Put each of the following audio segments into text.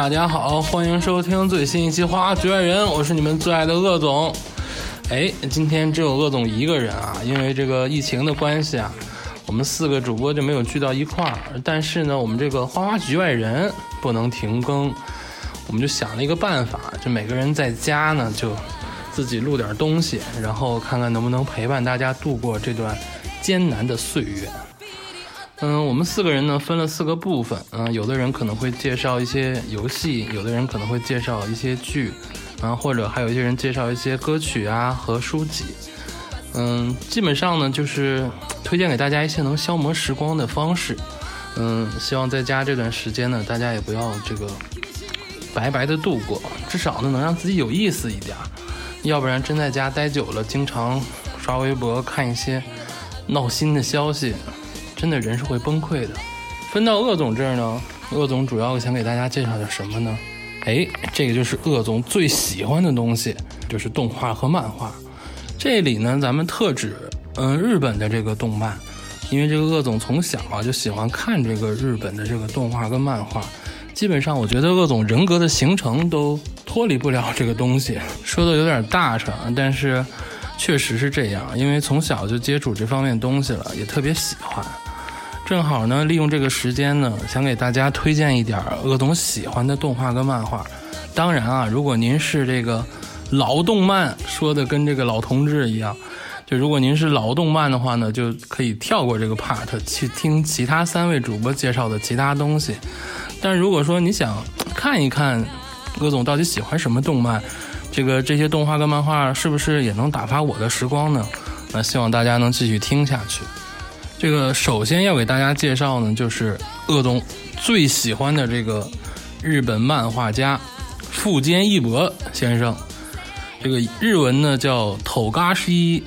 大家好，欢迎收听最新一期《花花局外人》，我是你们最爱的鄂总。今天只有鄂总一个人啊，因为这个疫情的关系啊，我们4个主播就没有聚到一块儿。但是呢，我们这个《花花局外人》不能停更，我们就想了一个办法，就每个人在家呢就自己录点东西，然后看看能不能陪伴大家度过这段艰难的岁月。我们4个人呢分了4个部分，有的人可能会介绍一些游戏，有的人可能会介绍一些剧，或者还有一些人介绍一些歌曲啊和书籍。基本上呢就是推荐给大家一些能消磨时光的方式。希望在家这段时间呢，大家也不要这个白白的度过，至少呢能让自己有意思一点，要不然真在家待久了，经常刷微博看一些闹心的消息，真的人是会崩溃的。分到鄂总这儿呢，鄂总主要想给大家介绍点什么呢？这个就是鄂总最喜欢的东西，就是动画和漫画。这里呢咱们特指日本的这个动漫，因为这个鄂总从小就喜欢看这个日本的这个动画跟漫画，基本上我觉得鄂总人格的形成都脱离不了这个东西。说的有点大声，但是确实是这样，因为从小就接触这方面东西了，也特别喜欢。正好呢利用这个时间呢，想给大家推荐一点鄂总喜欢的动画跟漫画。当然啊，如果您是这个老动漫，说的跟这个老同志一样，就如果您是老动漫的话呢，就可以跳过这个 part 去听其他3位主播介绍的其他东西。但如果说你想看一看鄂总到底喜欢什么动漫，这些动画跟漫画是不是也能打发我的时光呢？那希望大家能继续听下去。这个首先要给大家介绍呢，就是鄂总最喜欢的这个日本漫画家富坚义博先生。这个日文呢叫Togashi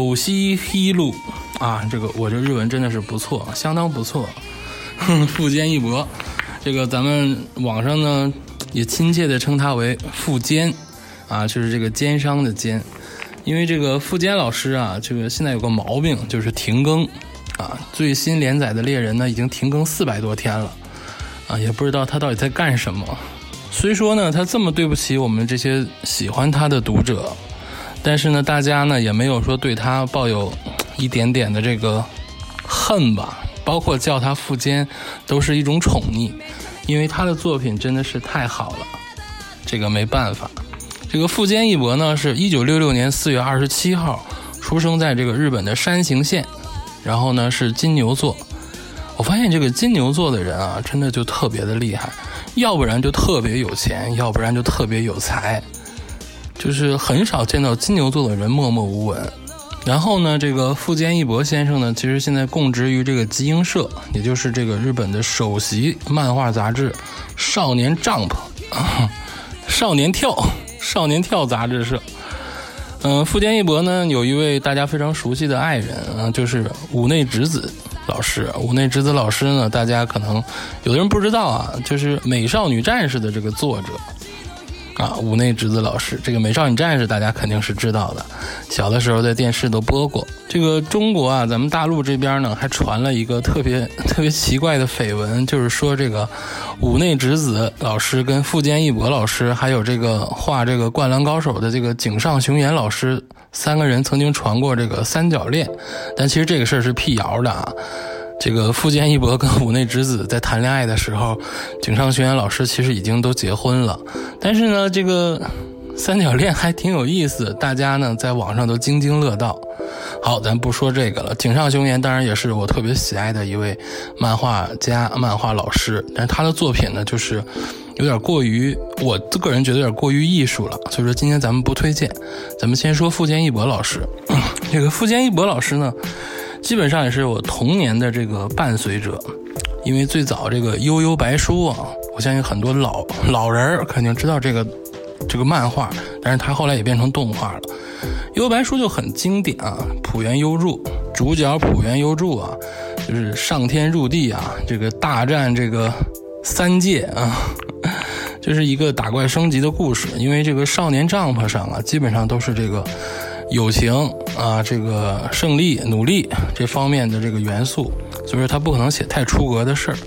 Yoshihiro啊，我这日文真的是不错，相当不错。富坚义博，这个咱们网上呢也亲切的称他为富坚啊，就是这个奸商的奸。因为这个富坚老师啊，这个现在有个毛病，就是停更啊。最新连载的猎人呢已经停更400多天了啊，也不知道他到底在干什么。虽说呢他这么对不起我们这些喜欢他的读者，但是呢大家呢也没有说对他抱有一点点的这个恨吧，包括叫他富坚都是一种宠溺，因为他的作品真的是太好了，这个没办法。这个富坚义博呢是1966年4月27号出生在这个日本的山形县，然后呢是金牛座。我发现这个金牛座的人啊真的就特别的厉害，要不然就特别有钱，要不然就特别有才，就是很少见到金牛座的人默默无闻。然后呢这个富坚义博先生呢，其实现在供职于这个集英社，也就是这个日本的首席漫画杂志少年 Jump 少年跳杂志社。富坚义博呢有一位大家非常熟悉的爱人就是武内直子老师。武内直子老师呢，大家可能有的人不知道啊，就是美少女战士的这个作者啊，武内直子老师。这个美少女战士大家肯定是知道的，小的时候在电视都播过。这个中国啊，咱们大陆这边呢还传了一个特别奇怪的绯闻，就是说这个武内直子老师跟富坚义博老师，还有这个画这个灌篮高手的这个井上雄彦老师，3个人曾经传过这个3角恋。但其实这个事儿是辟谣的啊。这个富坚义博跟武内直子在谈恋爱的时候，井上雄彦老师其实已经都结婚了。但是呢这个3角恋还挺有意思，大家呢在网上都津津乐道。好，咱不说这个了。井上雄彦当然也是我特别喜爱的一位漫画家、漫画老师，但是他的作品呢就是有点过于，我个人觉得有点过于艺术了，所以说今天咱们不推荐。咱们先说富坚义博老师。这个富坚义博老师呢基本上也是我童年的这个伴随者，因为最早这个悠悠白书啊，我相信很多老人肯定知道这个漫画，但是他后来也变成动画了。幽白书就很经典啊，浦原优助，主角浦原优助啊，就是上天入地啊，这个大战这个3界啊，就是一个打怪升级的故事。因为这个少年 Jump 上啊，基本上都是这个友情啊，这个胜利、努力这方面的这个元素，所以说他不可能写太出格的事儿。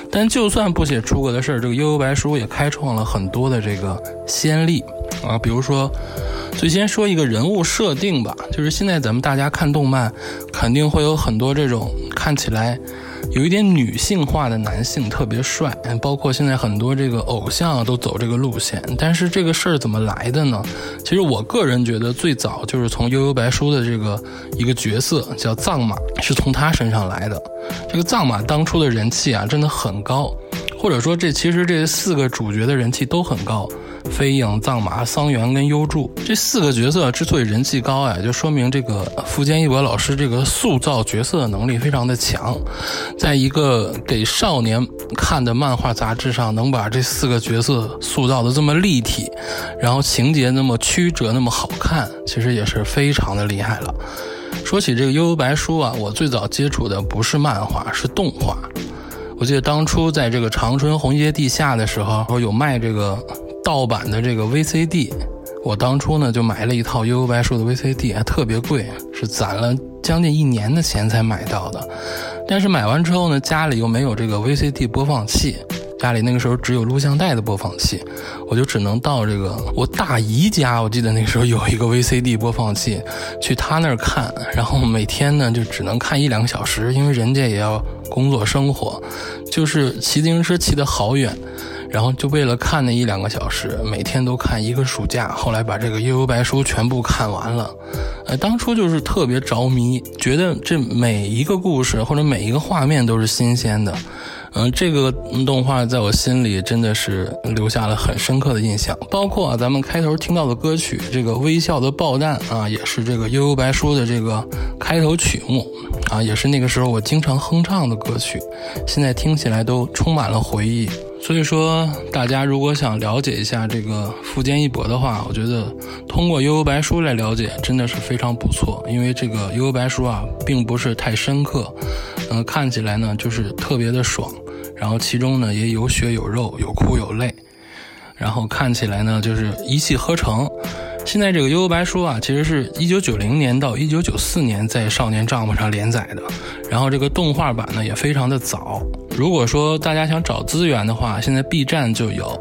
但就算不写出格的事儿，这个悠悠白书也开创了很多的这个先例啊。比如说最先说一个人物设定吧，就是现在咱们大家看动漫肯定会有很多这种看起来有一点女性化的男性特别帅，包括现在很多这个偶像都走这个路线。但是这个事儿怎么来的呢？其实我个人觉得最早就是从悠悠白书的这个一个角色叫藏马，是从他身上来的。这个藏马当初的人气啊真的很高，或者说其实这4个主角的人气都很高，飞影、藏马、桑原跟优助这4个角色之所以人气高啊，就说明这个富坚义博老师这个塑造角色的能力非常的强，在一个给少年看的漫画杂志上能把这4个角色塑造的这么立体，然后情节那么曲折那么好看，其实也是非常的厉害了。说起这个悠悠白书啊，我最早接触的不是漫画，是动画。我记得当初在这个长春红街地下的时候有卖这个盗版的这个 VCD， 我当初呢就买了一套悠悠白书的 VCD， 还特别贵，是攒了将近1年的钱才买到的。但是买完之后呢，家里又没有这个 VCD 播放器，家里那个时候只有录像带的播放器，我就只能到这个我大姨家，我记得那个时候有一个 VCD 播放器，去他那儿看，然后每天呢就只能看1-2个小时，因为人家也要工作生活，就是骑自行车骑得好远，然后就为了看那1-2个小时，每天都看1个暑假，后来把这个悠悠白书全部看完了。当初就是特别着迷，觉得这每一个故事或者每一个画面都是新鲜的。这个动画在我心里真的是留下了很深刻的印象，包括咱们开头听到的歌曲这个微笑的爆弹啊，也是这个悠悠白书的这个开头曲目啊，也是那个时候我经常哼唱的歌曲，现在听起来都充满了回忆。所以说大家如果想了解一下这个富坚义博的话，我觉得通过悠悠白书来了解真的是非常不错，因为这个悠悠白书啊并不是太深刻，看起来呢就是特别的爽，然后其中呢也有血有肉，有哭有泪，然后看起来呢就是一气呵成。现在这个悠悠白书啊，其实是1990年到1994年在少年 Jump 上连载的，然后这个动画版呢也非常的早。如果说大家想找资源的话，现在 B 站就有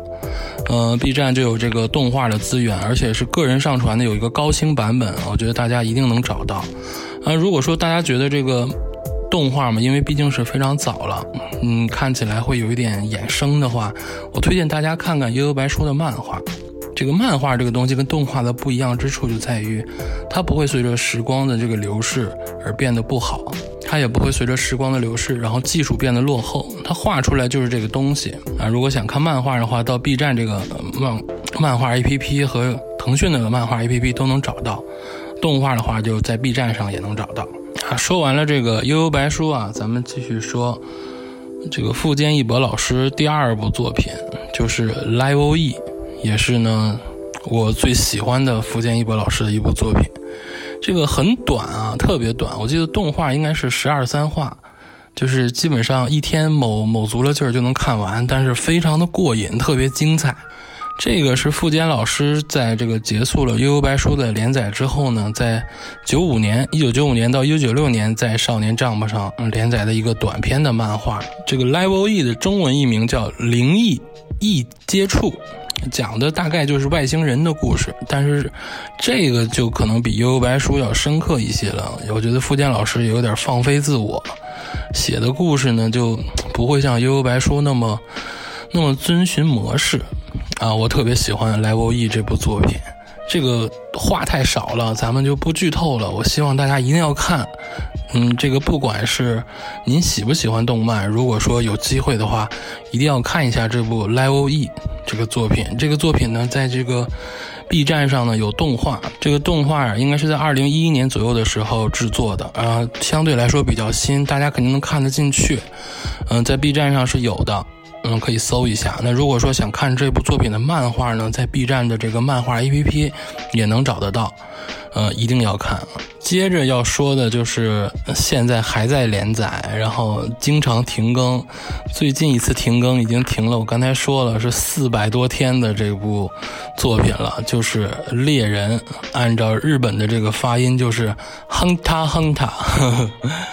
，B 站就有这个动画的资源，而且是个人上传的，有一个高清版本，我觉得大家一定能找到。如果说大家觉得这个动画嘛，因为毕竟是非常早了，看起来会有一点衍生的话，我推荐大家看看悠悠白书的漫画。这个漫画这个东西跟动画的不一样之处就在于，它不会随着时光的这个流逝而变得不好，它也不会随着时光的流逝然后技术变得落后，它画出来就是这个东西啊。如果想看漫画的话，到 B 站这个漫画 APP 和腾讯的漫画 APP 都能找到，动画的话就在 B 站上也能找到啊。说完了这个悠悠白书啊，咱们继续说这个富坚义博老师第2部作品，就是 Live OE， 也是呢我最喜欢的富坚义博老师的一部作品。这个很短啊，特别短，我记得动画应该是12-3话，就是基本上一天某足了劲儿就能看完，但是非常的过瘾，特别精彩。这个是富坚老师在这个结束了悠悠白书的连载之后呢，在1995年到1996年在少年 Jump 上连载的一个短篇的漫画。这个 Live OE 的中文译名叫灵异接触，讲的大概就是外星人的故事，但是这个就可能比悠悠白书要深刻一些了。我觉得富坚老师有点放飞自我，写的故事呢就不会像悠悠白书那么遵循模式啊。我特别喜欢 Live OE 这部作品，这个话太少了，咱们就不剧透了，我希望大家一定要看。这个不管是您喜不喜欢动漫，如果说有机会的话，一定要看一下这部 Live OE 这个作品。这个作品呢，在这个 B 站上呢有动画，这个动画应该是在2011年左右的时候制作的，相对来说比较新，大家肯定能看得进去。在 B 站上是有的。可以搜一下。那如果说想看这部作品的漫画呢，在 B 站的这个漫画 APP 也能找得到，一定要看。接着要说的就是现在还在连载，然后经常停更，最近一次停更已经停了，我刚才说了是400多天的这部作品了，就是猎人，按照日本的这个发音就是 Hunter Hunter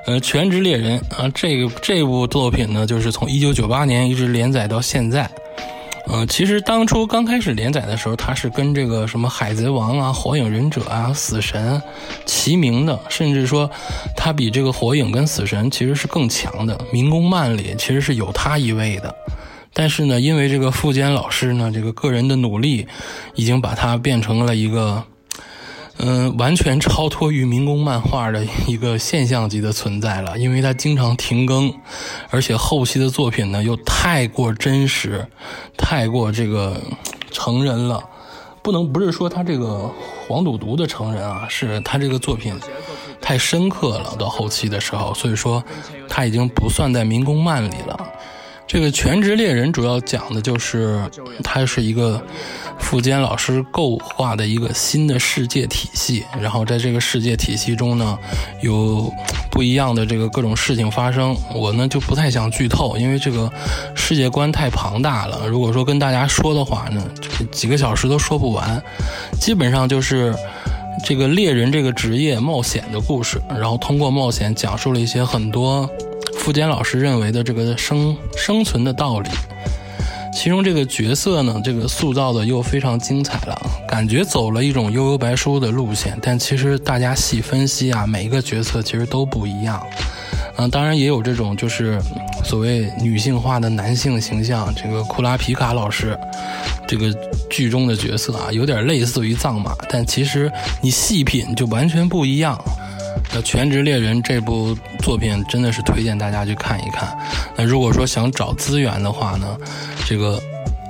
全职猎人啊，这部作品呢，就是从1998年一直连载到现在。其实当初刚开始连载的时候，它是跟这个什么海贼王啊、火影忍者啊、死神齐名的，甚至说它比这个火影跟死神其实是更强的，民工漫里其实是有它一位的。但是呢，因为这个富坚老师呢，这个个人的努力已经把它变成了一个完全超脱于民工漫画的一个现象级的存在了，因为他经常停更，而且后期的作品呢又太过真实，太过这个成人了。不是说他这个黄赌毒的成人啊，是他这个作品太深刻了，到后期的时候，所以说他已经不算在民工漫里了。这个全职猎人主要讲的就是它是一个富坚老师构画的一个新的世界体系，然后在这个世界体系中呢，有不一样的这个各种事情发生。我呢就不太想剧透，因为这个世界观太庞大了，如果说跟大家说的话呢，几个小时都说不完。基本上就是这个猎人这个职业冒险的故事，然后通过冒险讲述了一些很多富坚老师认为的这个生存的道理。其中这个角色呢，这个塑造的又非常精彩了，感觉走了一种幽游白书的路线，但其实大家细分析啊，每一个角色其实都不一样。当然也有这种就是所谓女性化的男性形象，这个库拉皮卡老师这个剧中的角色啊，有点类似于藏马，但其实你细品就完全不一样。全职猎人这部作品真的是推荐大家去看一看。那如果说想找资源的话呢，这个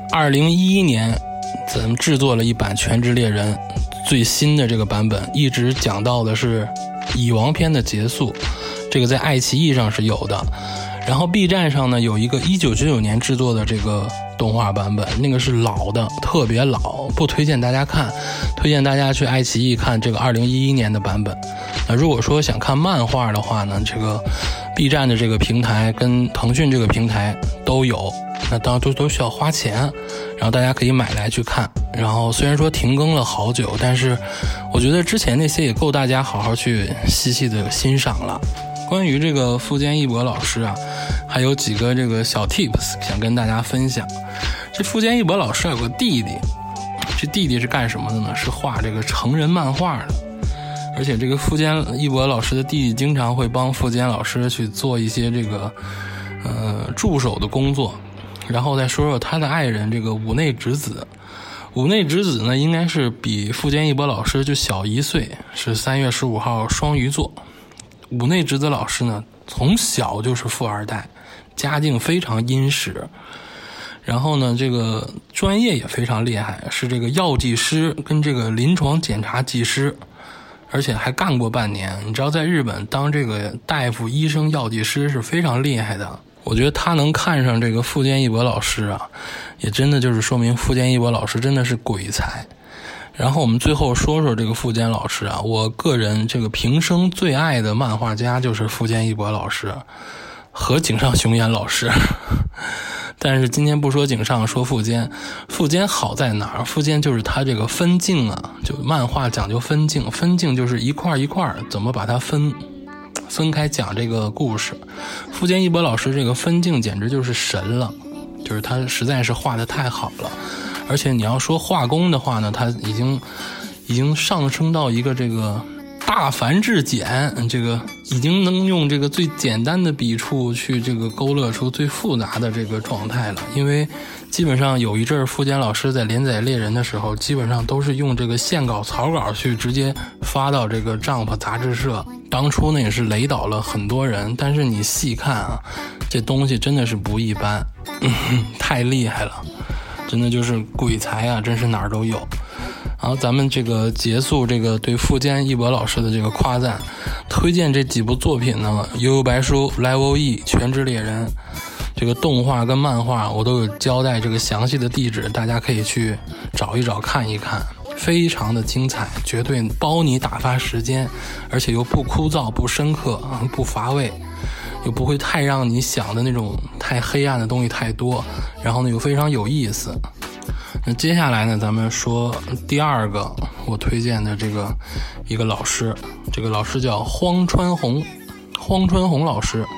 2011年咱们制作了一版全职猎人最新的这个版本，一直讲到的是蚁王篇的结束，这个在爱奇艺上是有的。然后 B 站上呢有一个1999年制作的这个动画版本，那个是老的，特别老，不推荐大家看，推荐大家去爱奇艺看这个2011年的版本。那如果说想看漫画的话呢，这个 B 站的这个平台跟腾讯这个平台都有，那当然都需要花钱，然后大家可以买来去看。然后虽然说停更了好久，但是我觉得之前那些也够大家好好去细细的欣赏了。关于这个富坚义博老师啊，还有几个这个小 tips 想跟大家分享。这富坚义博老师有个弟弟，这弟弟是干什么的呢？是画这个成人漫画的。而且这个富坚义博老师的弟弟经常会帮富坚老师去做一些这个助手的工作。然后再说说他的爱人这个五内直子。五内直子呢，应该是比富坚义博老师就小1岁，是3月15号双鱼座。五内直子老师呢，从小就是富二代，家境非常殷实，然后呢这个专业也非常厉害，是这个药剂师跟这个临床检查技师，而且还干过半年。你知道在日本当这个大夫、医生、药剂师是非常厉害的。我觉得他能看上这个富坚义博老师啊，也真的就是说明富坚义博老师真的是鬼才。然后我们最后说说这个富坚老师啊，我个人这个平生最爱的漫画家就是富坚义博老师和井上雄彦老师。但是今天不说井上，说富坚。富坚好在哪儿？富坚就是他这个分镜啊，就漫画讲究分镜，分镜就是一块一块怎么把它分开讲这个故事。富坚义博老师这个分镜简直就是神了，就是他实在是画得太好了。而且你要说画工的话呢，他已经上升到一个这个大繁至简，这个已经能用这个最简单的笔触去这个勾勒出最复杂的这个状态了。因为基本上有一阵富坚老师在连载猎人的时候，基本上都是用这个线稿草稿去直接发到这个 Jump 杂志社。当初呢也是雷倒了很多人，但是你细看啊，这东西真的是不一般，太厉害了，真的就是鬼才啊，真是哪儿都有。然后咱们这个结束这个对富坚义博老师的这个夸赞，推荐这几部作品呢，幽游白书、Level E、全职猎人，这个动画跟漫画我都有交代这个详细的地址，大家可以去找一找看一看，非常的精彩，绝对包你打发时间，而且又不枯燥、不深刻、不乏味，又不会太让你想的那种太黑暗的东西太多，然后呢又非常有意思。那接下来呢，咱们说第二个我推荐的这个一个老师，这个老师叫荒川弘荒川弘老师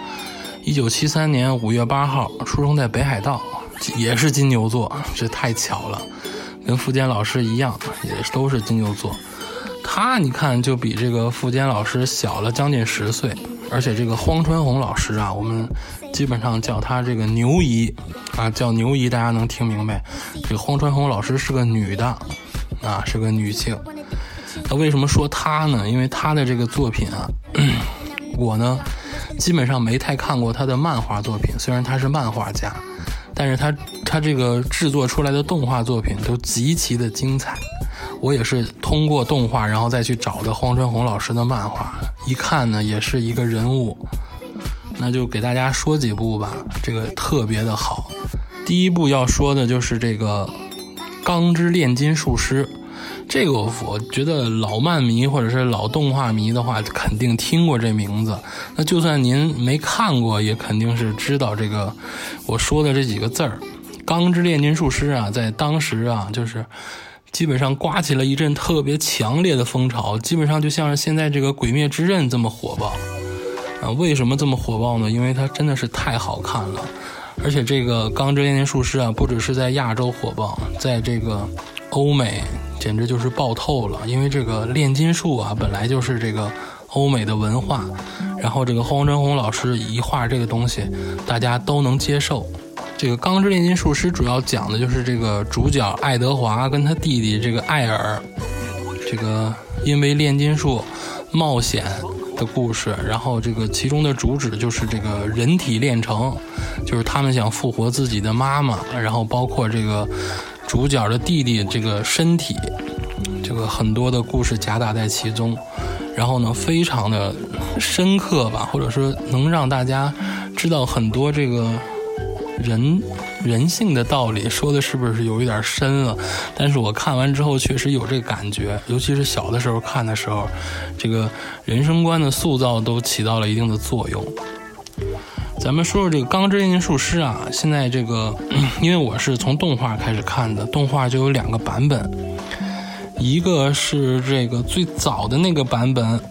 ，1973年5月8号出生在北海道，也是金牛座，这太巧了，跟富坚老师一样，也都是金牛座。他你看就比这个富坚老师小了将近10岁，而且这个荒川弘老师啊，我们基本上叫他这个牛姨啊，叫牛姨大家能听明白，这个荒川弘老师是个女的啊，是个女性。那为什么说她呢？因为她的这个作品啊，我呢基本上没太看过她的漫画作品，虽然她是漫画家，但是她这个制作出来的动画作品都极其的精彩。我也是通过动画然后再去找的荒川弘老师的漫画，一看呢也是一个人物。那就给大家说几部吧，这个特别的好。第一部要说的就是这个钢之炼金术师，这个我觉得老漫迷或者是老动画迷的话肯定听过这名字，那就算您没看过也肯定是知道这个我说的这几个字儿。钢之炼金术师啊，在当时啊就是基本上刮起了一阵特别强烈的风潮，基本上就像是现在这个鬼灭之刃这么火爆啊。为什么这么火爆呢？因为它真的是太好看了，而且这个钢之炼金术师啊，不只是在亚洲火爆，在这个欧美简直就是爆透了。因为这个炼金术啊本来就是这个欧美的文化，然后这个荒川弘老师一画这个东西大家都能接受。这个钢之炼金术师主要讲的就是这个主角爱德华跟他弟弟这个艾尔，这个因为炼金术冒险的故事，然后这个其中的主旨就是这个人体炼成，就是他们想复活自己的妈妈，然后包括这个主角的弟弟这个身体，这个很多的故事夹杂在其中，然后呢非常的深刻吧，或者说能让大家知道很多这个人性的道理，说的是不是有一点深了？但是我看完之后确实有这个感觉，尤其是小的时候看的时候，这个人生观的塑造都起到了一定的作用。咱们说说这个钢之炼金术师啊，现在这个因为我是从动画开始看的，动画就有2个版本，一个是这个最早那个版本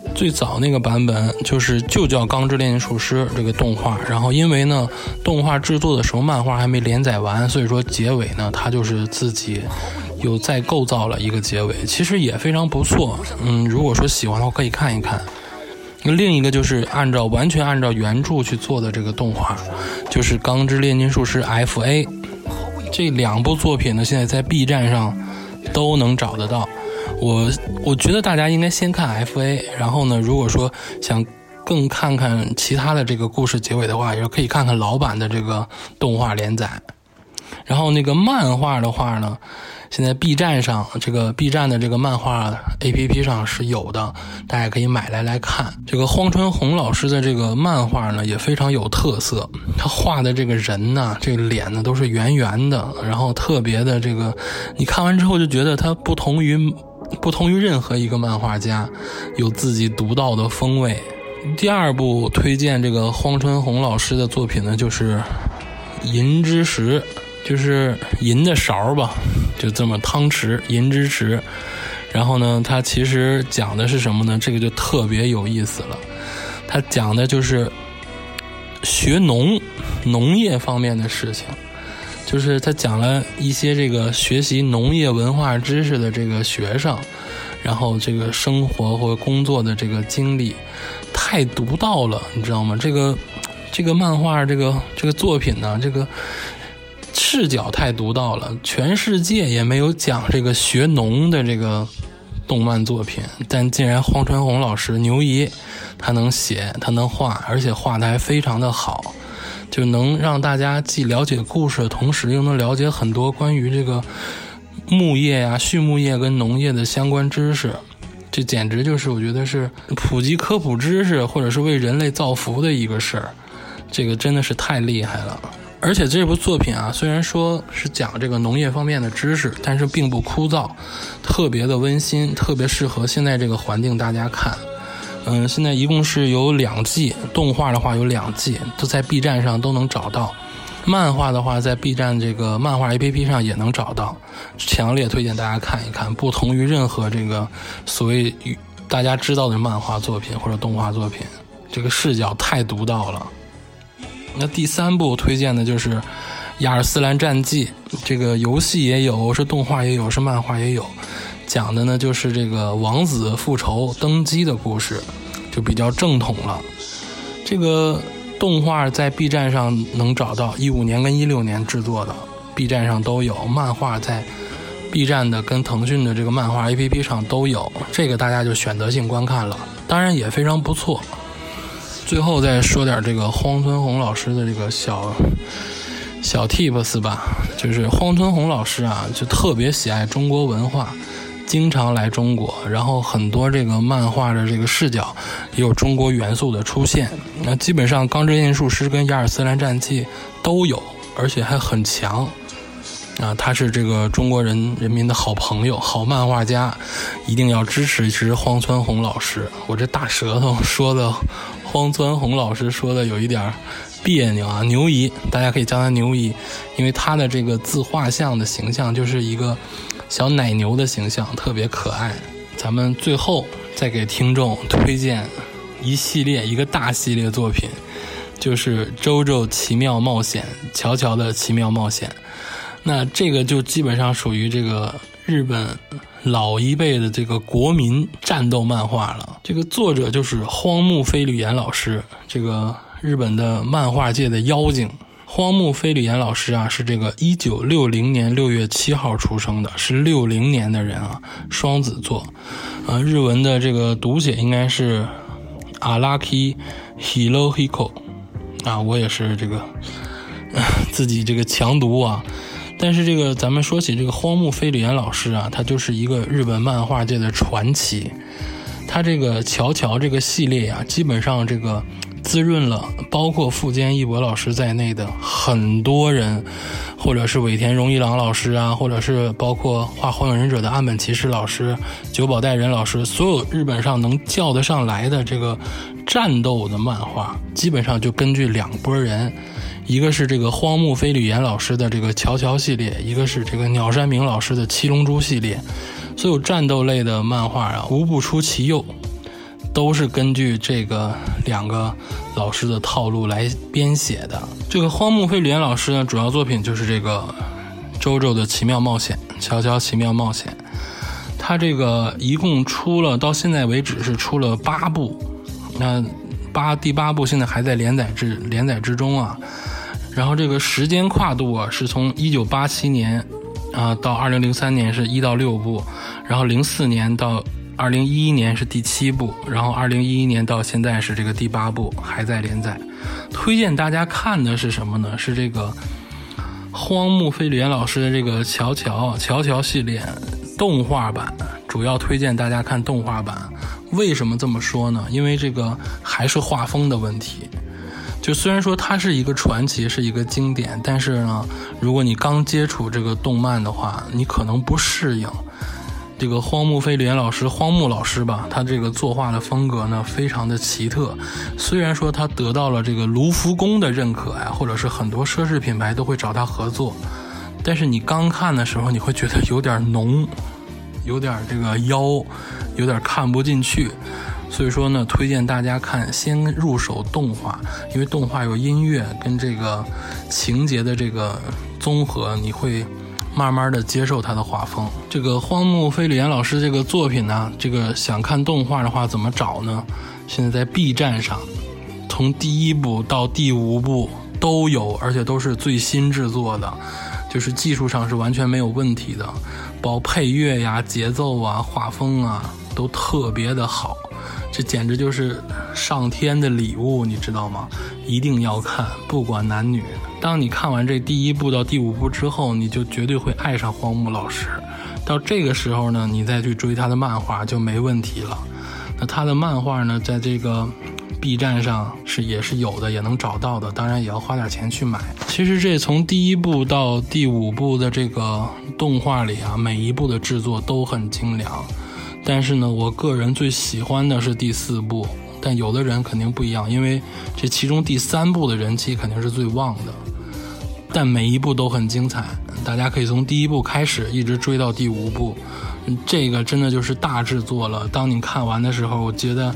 就叫钢之炼金术师这个动画，然后因为呢动画制作的时候漫画还没连载完，所以说结尾呢他就是自己又再构造了一个结尾，其实也非常不错。如果说喜欢的话可以看一看。另一个就是完全按照原著去做的这个动画，就是钢之炼金术师 FA。 这2部作品呢现在在 B 站上都能找得到。我觉得大家应该先看 FA， 然后呢如果说想更看看其他的这个故事结尾的话，也可以看看老版的这个动画连载。然后那个漫画的话呢，现在 B 站上这个 B 站的这个漫画 APP 上是有的，大家可以买来看。这个荒川弘老师的这个漫画呢也非常有特色，他画的这个人呢，这个脸呢都是圆圆的，然后特别的这个你看完之后就觉得他不同于任何一个漫画家，有自己独到的风味。第2部推荐这个荒川弘老师的作品呢，就是银之匙，就是银的勺吧，就这么汤匙，银之匙。然后呢他其实讲的是什么呢？这个就特别有意思了，他讲的就是学农业方面的事情，就是他讲了一些这个学习农业文化知识的这个学生，然后这个生活或工作的这个经历太独到了，你知道吗？这个漫画这个作品呢，这个视角太独到了，全世界也没有讲这个学农的这个动漫作品，但竟然荒川弘老师牛姨，他能写，他能画，而且画得还非常的好，就能让大家既了解故事，同时又能了解很多关于这个牧业呀、畜牧业跟农业的相关知识。这简直就是我觉得是普及科普知识，或者是为人类造福的一个事儿，这个真的是太厉害了。而且这部作品啊，虽然说是讲这个农业方面的知识，但是并不枯燥，特别的温馨，特别适合现在这个环境大家看。现在一共是有2季，动画的话有2季，都在 B 站上都能找到。漫画的话在 B 站这个漫画 APP 上也能找到，强烈推荐大家看一看，不同于任何这个所谓大家知道的漫画作品或者动画作品。 这个视角太独到了。那第3部推荐的就是亚尔斯兰战记，这个游戏也有，是动画也有，是漫画也有，讲的呢就是这个王子复仇登基的故事，就比较正统了。这个动画在 B 站上能找到，15年跟16年制作的 B 站上都有，漫画在 B 站的跟腾讯的这个漫画 APP 上都有，这个大家就选择性观看了，当然也非常不错。最后再说点这个荒村弘老师的这个小 tips 吧，就是荒村弘老师啊，就特别喜爱中国文化，经常来中国，然后很多这个漫画的这个视角也有中国元素的出现。那基本上《钢之炼术师》跟《亚尔斯兰战记》都有，而且还很强。他是这个中国人民的好朋友，好漫画家，一定要支持一支荒村弘老师。我这大舌头说的荒村弘老师说的有一点别扭啊，牛姨，大家可以叫他牛姨，因为他的这个自画像的形象就是一个小奶牛的形象，特别可爱。咱们最后再给听众推荐一个大系列作品，就是周周奇妙冒险，乔乔的奇妙冒险。那这个就基本上属于这个日本老一辈的这个国民战斗漫画了。这个作者就是荒木飞吕彦老师，这个日本的漫画界的妖精。荒木飞吕彦老师啊，是这个1960年6月7号出生的，是60年的人啊，双子座。日文的这个读写应该是 Araki Hirohiko 啊，我也是这个自己这个强读啊。但是这个咱们说起这个荒木飞吕彦老师啊，他就是一个日本漫画界的传奇。他这个乔乔这个系列啊，基本上这个滋润了包括富坚义博老师在内的很多人，或者是尾田荣一郎老师啊，或者是包括画火影忍者的岸本齐史老师、久保带人老师，所有日本上能叫得上来的这个战斗的漫画，基本上就根据2拨人，一个是这个荒木飞吕彦老师的这个乔乔系列，一个是这个鸟山明老师的七龙珠系列。所有战斗类的漫画啊，无不出其右，都是根据这个2个老师的套路来编写的。这个荒木飞吕彦老师呢，主要作品就是这个周周的奇妙冒险，乔乔奇妙冒险。他这个一共出了，到现在为止是出了8部，那第8部现在还在连载之中啊。然后这个时间跨度啊，是从1987年到2003年是1到6部，然后04年到2011年是第7部，然后2011年到现在是这个第8部，还在连载。推荐大家看的是什么呢？是这个荒木飞吕彦老师的这个乔乔系列动画版，主要推荐大家看动画版。为什么这么说呢？因为这个还是画风的问题。就虽然说它是一个传奇，是一个经典，但是呢，如果你刚接触这个动漫的话，你可能不适应。这个荒木飞吕彦老师，荒木老师吧，他这个作画的风格呢非常的奇特。虽然说他得到了这个卢浮宫的认可呀，或者是很多奢侈品牌都会找他合作，但是你刚看的时候你会觉得有点浓，有点这个妖，有点看不进去。所以说呢，推荐大家先入手动画，因为动画有音乐跟这个情节的这个综合，你会慢慢的接受他的画风。这个荒木飞吕彦老师这个作品呢，这个想看动画的话怎么找呢？现在在 B 站上，从第1部到第5部都有，而且都是最新制作的，就是技术上是完全没有问题的，包括配乐呀、节奏啊、画风啊都特别的好。这简直就是上天的礼物，你知道吗？一定要看，不管男女。当你看完这第1部到第5部之后，你就绝对会爱上荒木老师。到这个时候呢，你再去追他的漫画就没问题了。那他的漫画呢，在这个 B 站上也是有的，也能找到的，当然也要花点钱去买。其实这从第1部到第5部的这个动画里啊，每一部的制作都很精良。但是呢，我个人最喜欢的是第4部，但有的人肯定不一样，因为这其中第3部的人气肯定是最旺的。但每一部都很精彩，大家可以从第1部开始一直追到第5部，这个真的就是大制作了。当你看完的时候，我觉得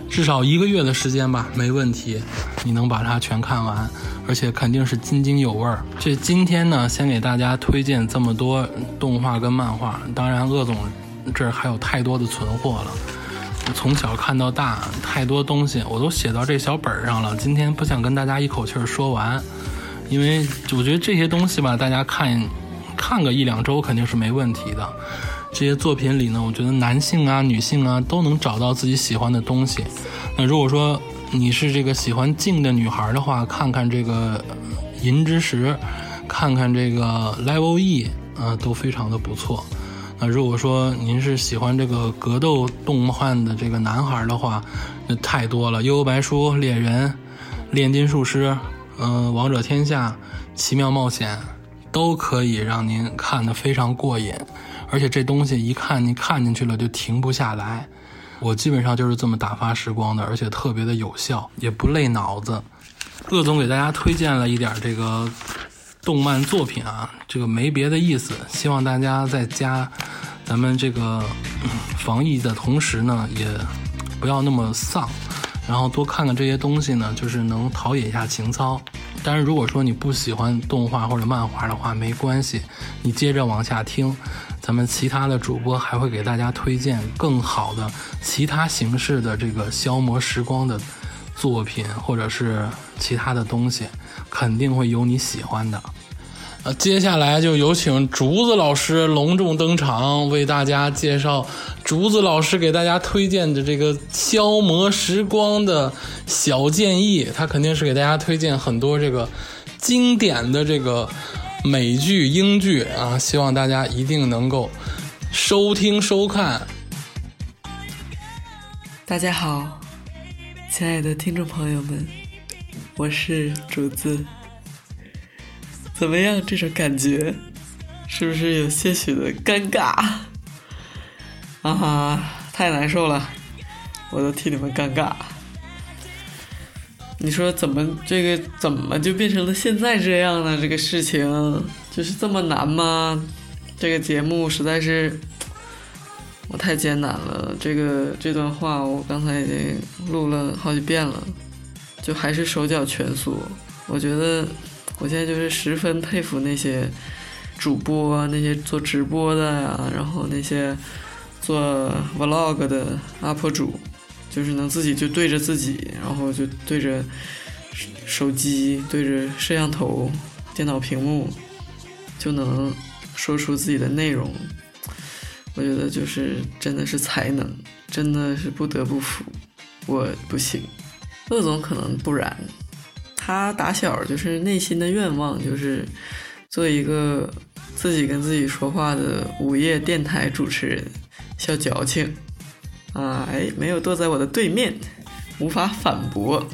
至少1个月的时间吧，没问题，你能把它全看完，而且肯定是津津有味儿。这今天呢，先给大家推荐这么多动画跟漫画，当然鄂总这儿还有太多的存货了，从小看到大，太多东西我都写到这小本上了，今天不想跟大家一口气说完，因为我觉得这些东西吧，大家看个1-2周肯定是没问题的。这些作品里呢，我觉得男性啊女性啊都能找到自己喜欢的东西。那如果说你是这个喜欢静的女孩的话，看看这个银之石，看看这个 Level E 都非常的不错。那如果说您是喜欢这个格斗动漫的这个男孩的话，那太多了，幽游白书、猎人、炼金术师、王者天下、奇妙冒险都可以让您看得非常过瘾，而且这东西一看你看进去了就停不下来。我基本上就是这么打发时光的，而且特别的有效，也不累脑子。鄂总给大家推荐了一点这个动漫作品啊，这个没别的意思，希望大家在家咱们这个防疫的同时呢，也不要那么丧，然后多看看这些东西呢，就是能陶冶一下情操。当然如果说你不喜欢动画或者漫画的话，没关系，你接着往下听，咱们其他的主播还会给大家推荐更好的其他形式的这个消磨时光的作品，或者是其他的东西，肯定会有你喜欢的。接下来就有请竹子老师隆重登场，为大家介绍竹子老师给大家推荐的这个消磨时光的小建议。他肯定是给大家推荐很多这个经典的这个美剧英剧啊，希望大家一定能够收听收看。 大家好，亲爱的听众朋友们，我是竹子。怎么样，这种感觉是不是有些许的尴尬啊？太难受了，我都替你们尴尬。你说怎么就变成了现在这样呢？这个事情就是这么难吗？这个节目实在是我太艰难了。这段话我刚才已经录了好几遍了，就还是手脚全酥。我觉得我现在就是十分佩服那些主播啊，那些做直播的呀，然后那些做 vlog 的 UP 主，就是能自己就对着自己，然后就对着手机，对着摄像头、电脑屏幕，就能说出自己的内容。我觉得就是真的是才能，真的是不得不服。我不行，鄂总可能不然。他打小就是内心的愿望就是做一个自己跟自己说话的午夜电台主持人，小矫情啊！没有坐在我的对面，无法反驳。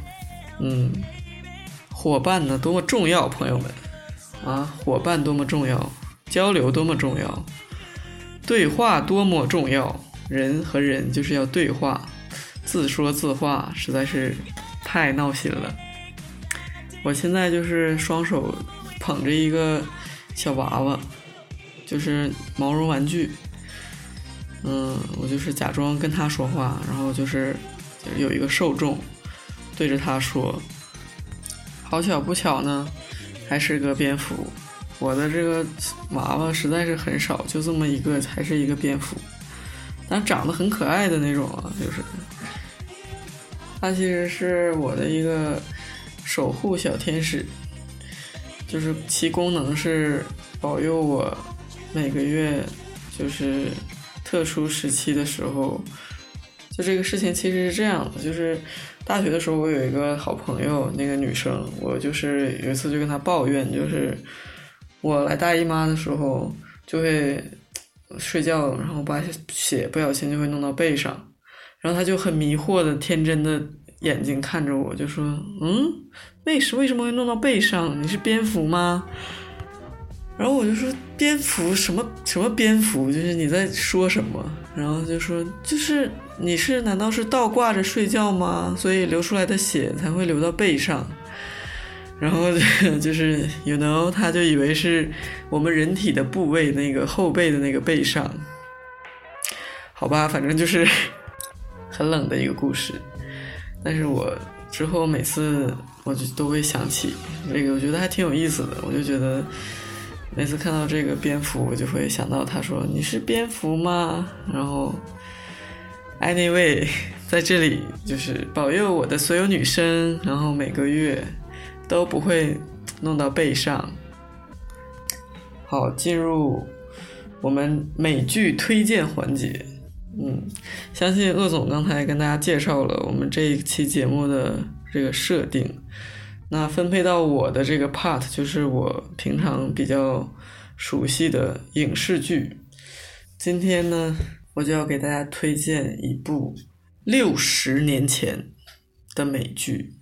伙伴呢多么重要，朋友们啊！伙伴多么重要，交流多么重要，对话多么重要。人和人就是要对话，自说自话实在是太闹心了。我现在就是双手捧着一个小娃娃，就是毛绒玩具。我就是假装跟他说话，然后就是有一个受众对着他说。好巧不巧呢，还是个蝙蝠。我的这个娃娃实在是很少，就这么一个，还是一个蝙蝠，但长得很可爱的那种啊，就是它其实是我的一个守护小天使，就是其功能是保佑我每个月就是特殊时期的时候。就这个事情其实是这样的，就是大学的时候我有一个好朋友，那个女生，我就是有一次就跟她抱怨，就是我来大姨妈的时候就会睡觉，然后把血不小心就会弄到背上，然后她就很迷惑的天真的眼睛看着我，就说为什么会弄到背上？你是蝙蝠吗？然后我就说蝙蝠什么蝙蝠，就是你在说什么？然后就说就是你难道是倒挂着睡觉吗？所以流出来的血才会流到背上。然后就是他就以为是我们人体的部位，那个后背的那个背上。好吧，反正就是很冷的一个故事。 但是我之后每次我就都会想起这个，我觉得还挺有意思的。我就觉得每次看到这个蝙蝠，我就会想到他说你是蝙蝠吗？然后 anyway 在这里就是保佑我的所有女生，然后每个月都不会弄到背上。好，进入我们美剧推荐环节。相信鄂总刚才跟大家介绍了我们这一期节目的这个设定，那分配到我的这个 part 就是我平常比较熟悉的影视剧。今天呢，我就要给大家推荐一部60年前的美剧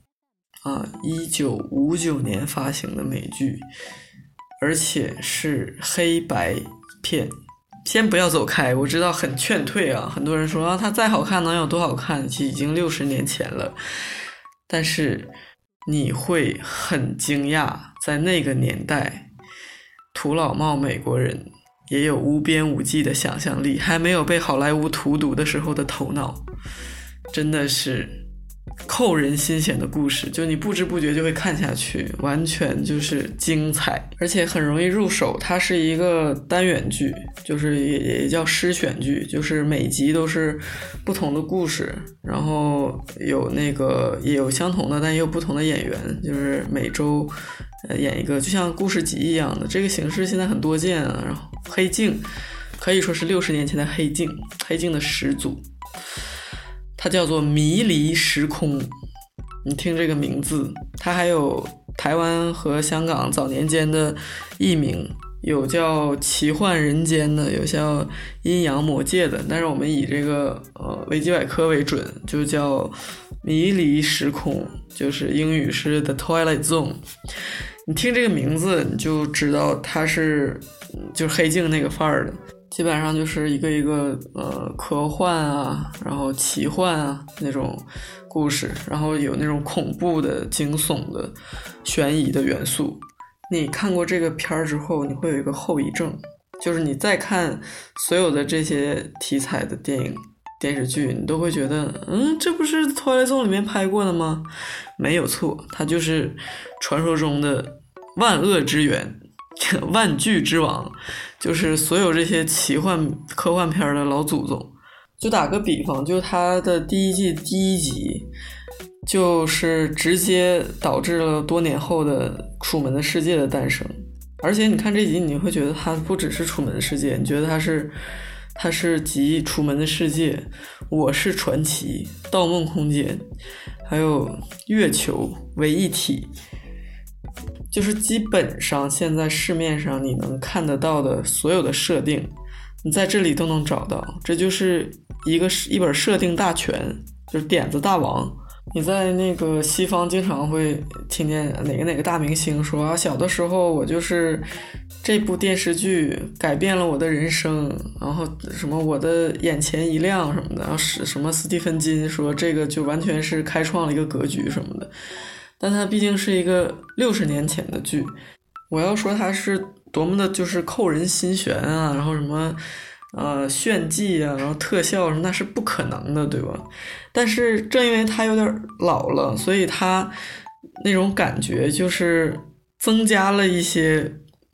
1959年发行的美剧，而且是黑白片。先不要走开，我知道很劝退啊，很多人说它再好看能有多好看，其实已经60年前了。但是你会很惊讶，在那个年代土老帽美国人也有无边无际的想象力，还没有被好莱坞荼毒的时候的头脑，真的是扣人心弦的故事，就你不知不觉就会看下去，完全就是精彩，而且很容易入手。它是一个单元剧，就是也叫诗选剧，就是每集都是不同的故事，然后有也有相同的，但也有不同的演员，就是每周演一个，就像故事集一样的。这个形式现在很多见啊。然后黑镜可以说是60年前的黑镜的始祖。它叫做迷离时空，你听这个名字，它还有台湾和香港早年间的译名，有叫奇幻人间的，有叫阴阳魔界的，但是我们以这个维基百科为准，就叫迷离时空，就是英语是 The Twilight Zone。你听这个名字你就知道它是就是黑镜那个范儿的，基本上就是一个科幻啊，然后奇幻啊那种故事，然后有那种恐怖的、惊悚的、悬疑的元素。你看过这个片儿之后，你会有一个后遗症，就是你再看所有的这些题材的电影、电视剧，你都会觉得，这不是《Twilight Zone》里面拍过的吗？没有错，它就是传说中的万恶之源。万剧之王，就是所有这些奇幻科幻片的老祖宗。就打个比方，就它的第一季第1集就是直接导致了多年后的楚门的世界的诞生。而且你看这集，你会觉得它不只是楚门的世界，你觉得它是集楚门的世界、我是传奇、盗梦空间还有月球为一体，就是基本上现在市面上你能看得到的所有的设定，你在这里都能找到。这就是一本设定大全，就是点子大王。你在那个西方经常会听见哪个大明星说啊，小的时候我就是这部电视剧改变了我的人生，然后什么我的眼前一亮什么的，然后什么斯蒂芬金说这个就完全是开创了一个格局什么的。但它毕竟是一个60年前的剧，我要说它是多么的就是扣人心弦啊，然后什么炫技啊，然后特效什么，那是不可能的，对吧？但是正因为它有点老了，所以它那种感觉就是增加了一些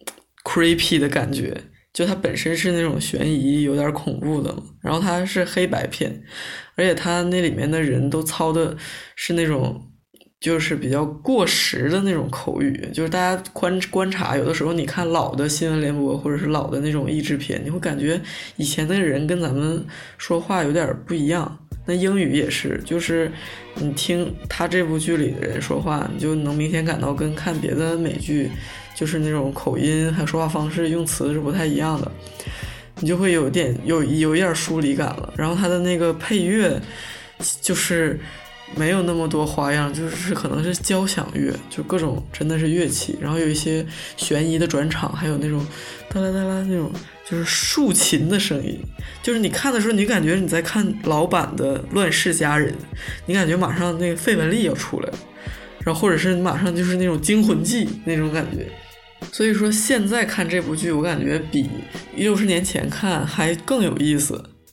creepy 的感觉，就它本身是那种悬疑有点恐怖的嘛，然后它是黑白片，而且它那里面的人都操的是那种就是比较过时的那种口语，就是大家观察，有的时候你看老的新闻联播或者是老的那种译制片，你会感觉以前的人跟咱们说话有点不一样。那英语也是，就是你听他这部剧里的人说话，你就能明显感到跟看别的美剧就是那种口音还有说话方式用词是不太一样的，你就会有一点疏离感了。然后他的那个配乐就是没有那么多花样，就是可能是交响乐，就各种真的是乐器，然后有一些悬疑的转场，还有那种哒啦哒啦那种就是竖琴的声音，就是你看的时候你感觉你在看老版的《乱世佳人》，你感觉马上那个费雯丽要出来了，然后或者是马上就是那种惊魂记那种感觉。所以说现在看这部剧，我感觉比60年前看还更有意思，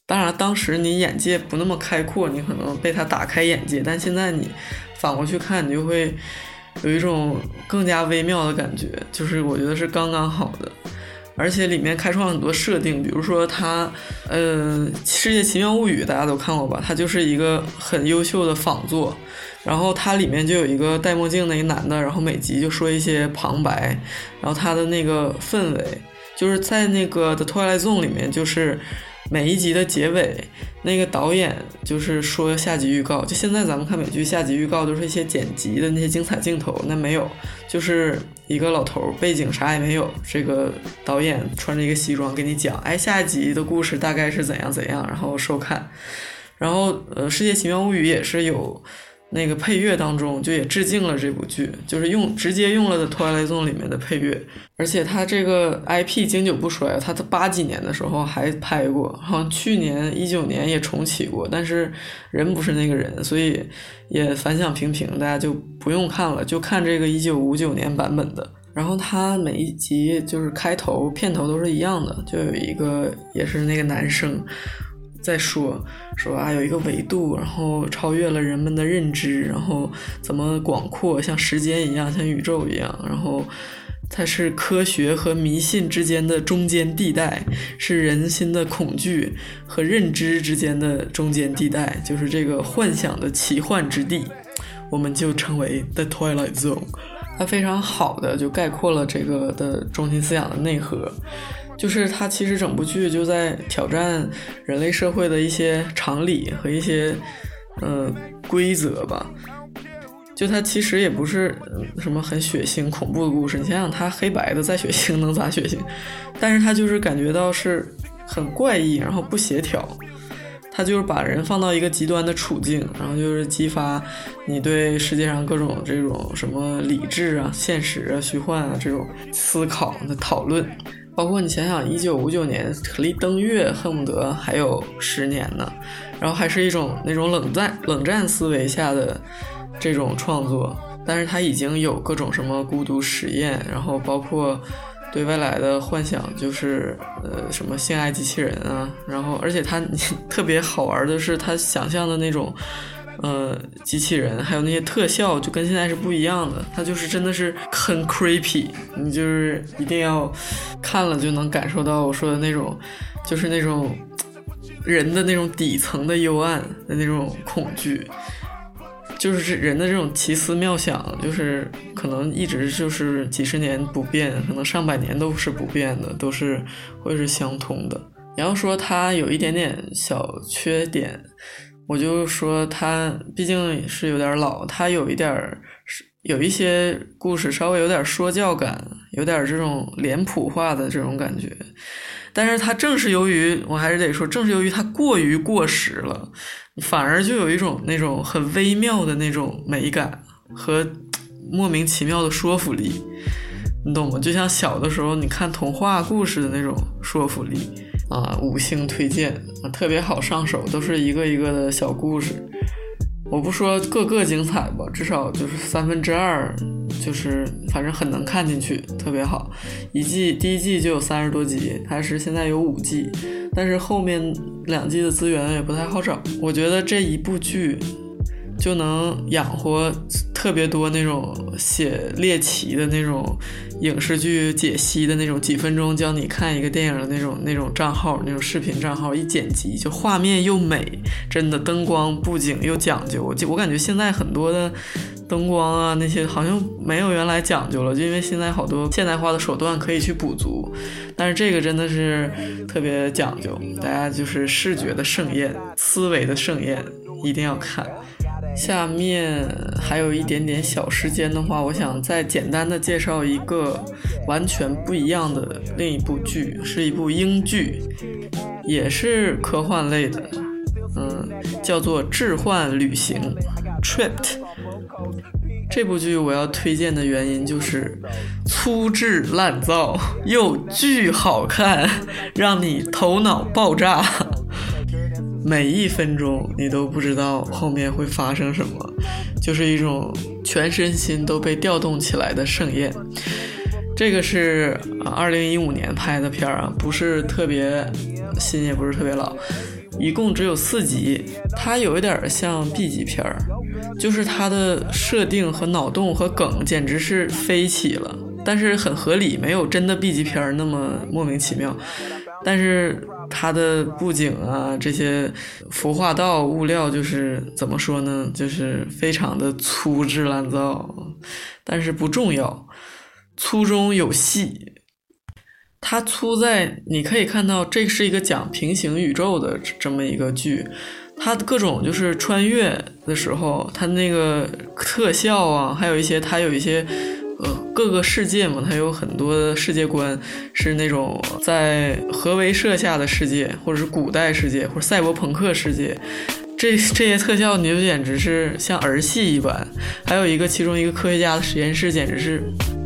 当然当时你眼界不那么开阔，你可能被它打开眼界，但现在你反过去看，你就会有一种更加微妙的感觉，就是我觉得是刚刚好的。而且里面开创了很多设定，比如说它世界奇妙物语大家都看过吧，它就是一个很优秀的仿作，然后它里面就有一个戴墨镜的一个男的，然后每集就说一些旁白，然后它的那个氛围就是在那个 The Twilight Zone 里面，就是每一集的结尾那个导演就是说下集预告，就现在咱们看美剧下集预告都是一些剪辑的那些精彩镜头，那没有，就是一个老头背景啥也没有，这个导演穿着一个西装给你讲，哎，下一集的故事大概是怎样怎样，然后收看。然后世界奇妙物语也是有那个配乐当中就也致敬了这部剧，就是直接用了的 Twilight Zone 里面的配乐，而且他这个 IP 经久不衰，他在80几年的时候还拍过，好像去年19年也重启过，但是人不是那个人，所以也反响平平，大家就不用看了，就看这个1959年版本的。然后他每一集就是开头片头都是一样的，就有一个也是那个男生在说啊，有一个维度，然后超越了人们的认知，然后怎么广阔，像时间一样，像宇宙一样，然后它是科学和迷信之间的中间地带，是人心的恐惧和认知之间的中间地带，就是这个幻想的奇幻之地，我们就称为 The Twilight Zone。 它非常好的就概括了这个的中心思想的内核，就是它其实整部剧就在挑战人类社会的一些常理和一些规则吧。就它其实也不是什么很血腥恐怖的故事，你想想它黑白的再血腥能咋血腥，但是它就是感觉到是很怪异，然后不协调，它就是把人放到一个极端的处境，然后就是激发你对世界上各种这种什么理智啊、现实啊、虚幻啊这种思考的讨论。包括你想想1959年离登月恨不得还有10年呢，然后还是一种那种冷战思维下的这种创作，但是它已经有各种什么孤独实验，然后包括对未来的幻想，就是什么性爱机器人啊，然后而且它特别好玩的是他想象的那种机器人还有那些特效就跟现在是不一样的，它就是真的是很 creepy， 你就是一定要看了就能感受到我说的那种，就是那种人的那种底层的幽暗的那种恐惧，就是人的这种奇思妙想，就是可能一直就是几十年不变，可能上百年都是不变的，都是会是相通的。你要说它有一点点小缺点，我就说它毕竟是有点老，它有一些故事稍微有点说教感，有点这种脸谱化的这种感觉，但是它正是由于我还是得说，正是由于它过于过时了，反而就有一种那种很微妙的那种美感和莫名其妙的说服力，你懂吗？就像小的时候你看童话故事的那种说服力啊，5星推荐啊，特别好上手，都是一个一个的小故事。我不说各个精彩吧，至少就是2/3，就是反正很能看进去，特别好。第一季就有30多集，还是现在有5季，但是后面2季的资源也不太好找。我觉得这一部剧就能养活特别多那种写猎奇的那种影视剧解析的那种几分钟教你看一个电影的那种账号，那种视频账号，一剪辑就画面又美，真的灯光布景又讲究。我感觉现在很多的灯光啊那些好像没有原来讲究了，就因为现在好多现代化的手段可以去补足，但是这个真的是特别讲究，大家就是视觉的盛宴，思维的盛宴，一定要看。下面还有一点点小时间的话，我想再简单的介绍一个完全不一样的另一部剧，是一部英剧，也是科幻类的，叫做《置换旅行》 Tripped。 这部剧我要推荐的原因就是粗制滥造又巨好看，让你头脑爆炸，每1分钟你都不知道后面会发生什么，就是一种全身心都被调动起来的盛宴。这个是2015年拍的片啊，不是特别新也不是特别老， 一共只有4集，它有一点像 B 级片儿，就是它的设定和脑洞和梗简直是飞起了，但是很合理，没有真的 B 级片儿那么莫名其妙。但是它的布景啊，这些服化道物料就是怎么说呢，就是非常的粗制滥造，但是不重要，粗中有细。它粗在你可以看到这是一个讲平行宇宙的这么一个剧，它各种就是穿越的时候它那个特效啊，还有一些它有一些各个世界嘛，它有很多的世界观是那种在核威慑下的世界，或者是古代世界，或者赛博朋克世界，这些特效你就简直是像儿戏一般。还有其中一个科学家的实验室简直是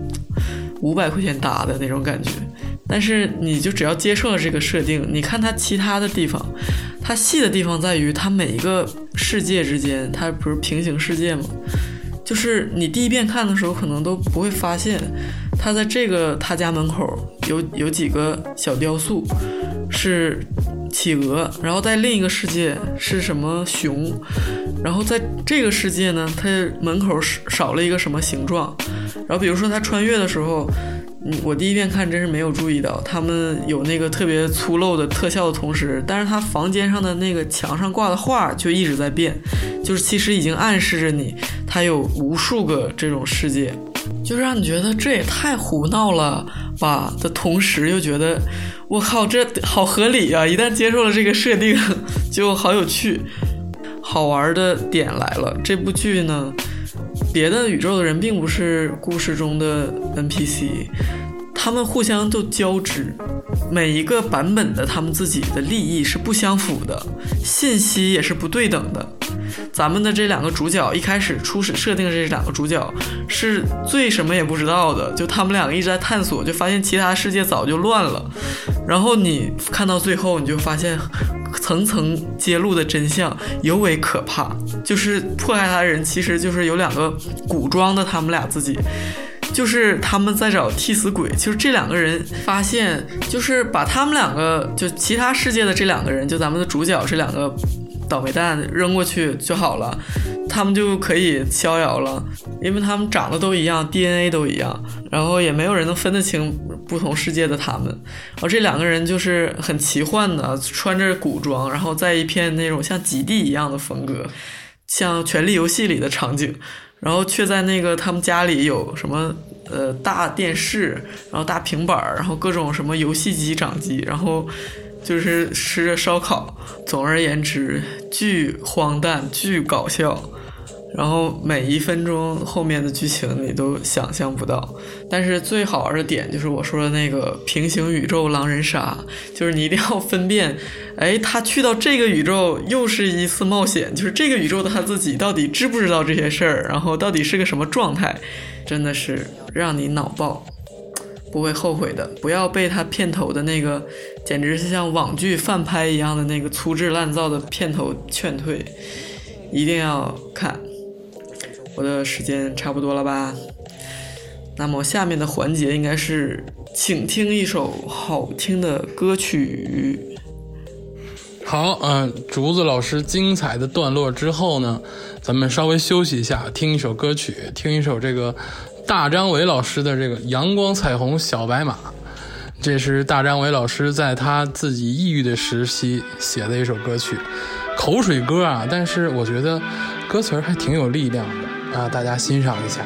500块钱搭的那种感觉。但是你就只要接受了这个设定，你看它其他的地方，它细的地方在于它每一个世界之间，它不是平行世界吗？就是你第一遍看的时候可能都不会发现，他在他家门口有几个小雕塑是企鹅，然后在另一个世界是什么熊，然后在这个世界呢，它门口少了一个什么形状。然后比如说他穿越的时候，我第一遍看真是没有注意到他们有那个特别粗陋的特效的同时，但是他房间上的那个墙上挂的画就一直在变，就是其实已经暗示着你他有无数个这种世界，就让你觉得这也太胡闹了吧的同时又觉得我靠这好合理啊，一旦接受了这个设定就好有趣。好玩的点来了，这部剧呢别的宇宙的人并不是故事中的 NPC， 他们互相都交织，每一个版本的他们自己的利益是不相符的，信息也是不对等的。咱们的这2个主角一开始初始设定的这2个主角是最什么也不知道的，就他们2个一直在探索，就发现其他世界早就乱了，然后你看到最后你就发现层层揭露的真相尤为可怕，就是迫害他的人其实就是有2个古装的他们俩自己，就是他们在找替死鬼，就是这2个人发现就是把他们2个就其他世界的这2个人，就咱们的主角这2个倒霉蛋扔过去就好了，他们就可以逍遥了，因为他们长得都一样， DNA 都一样，然后也没有人能分得清不同世界的他们。然后这2个人就是很奇幻的，穿着古装，然后在一片那种像极地一样的风格，像权力游戏里的场景，然后却在那个他们家里有什么大电视，然后大平板，然后各种什么游戏机掌机，然后就是吃着烧烤。总而言之巨荒诞巨搞笑，然后每1分钟后面的剧情你都想象不到。但是最好玩的点就是我说的那个平行宇宙狼人杀，就是你一定要分辨他去到这个宇宙又是一次冒险，就是这个宇宙的他自己到底知不知道这些事儿，然后到底是个什么状态，真的是让你脑爆，不会后悔的。不要被他片头的那个简直是像网剧翻拍一样的那个粗制滥造的片头劝退，一定要看。我的时间差不多了吧，那么下面的环节应该是请听一首好听的歌曲。 好，竹子老师精彩的段落之后呢，咱们稍微休息一下，听一首歌曲，听一首这个大张伟老师的这个阳光彩虹小白马。这是大张伟老师在他自己抑郁的时期写的一首歌曲，口水歌啊，但是我觉得歌词还挺有力量的啊，大家欣赏一下。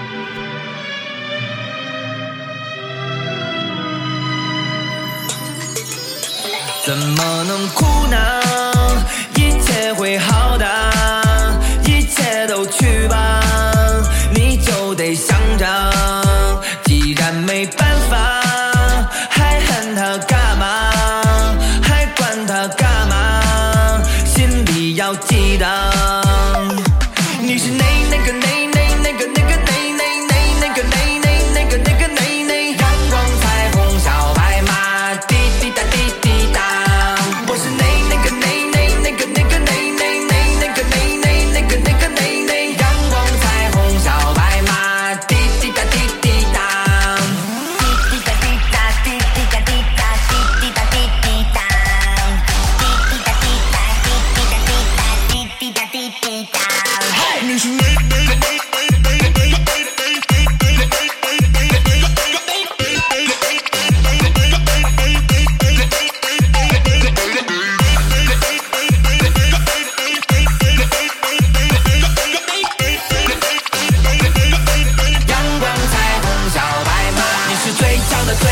怎么能苦恼？一切会好的，一切都去吧，你就得想着，既然没办法，还恨他干嘛？还管他干嘛？心里要记得，你是那个阳光彩虹小白马，滴滴答滴滴答。我是那个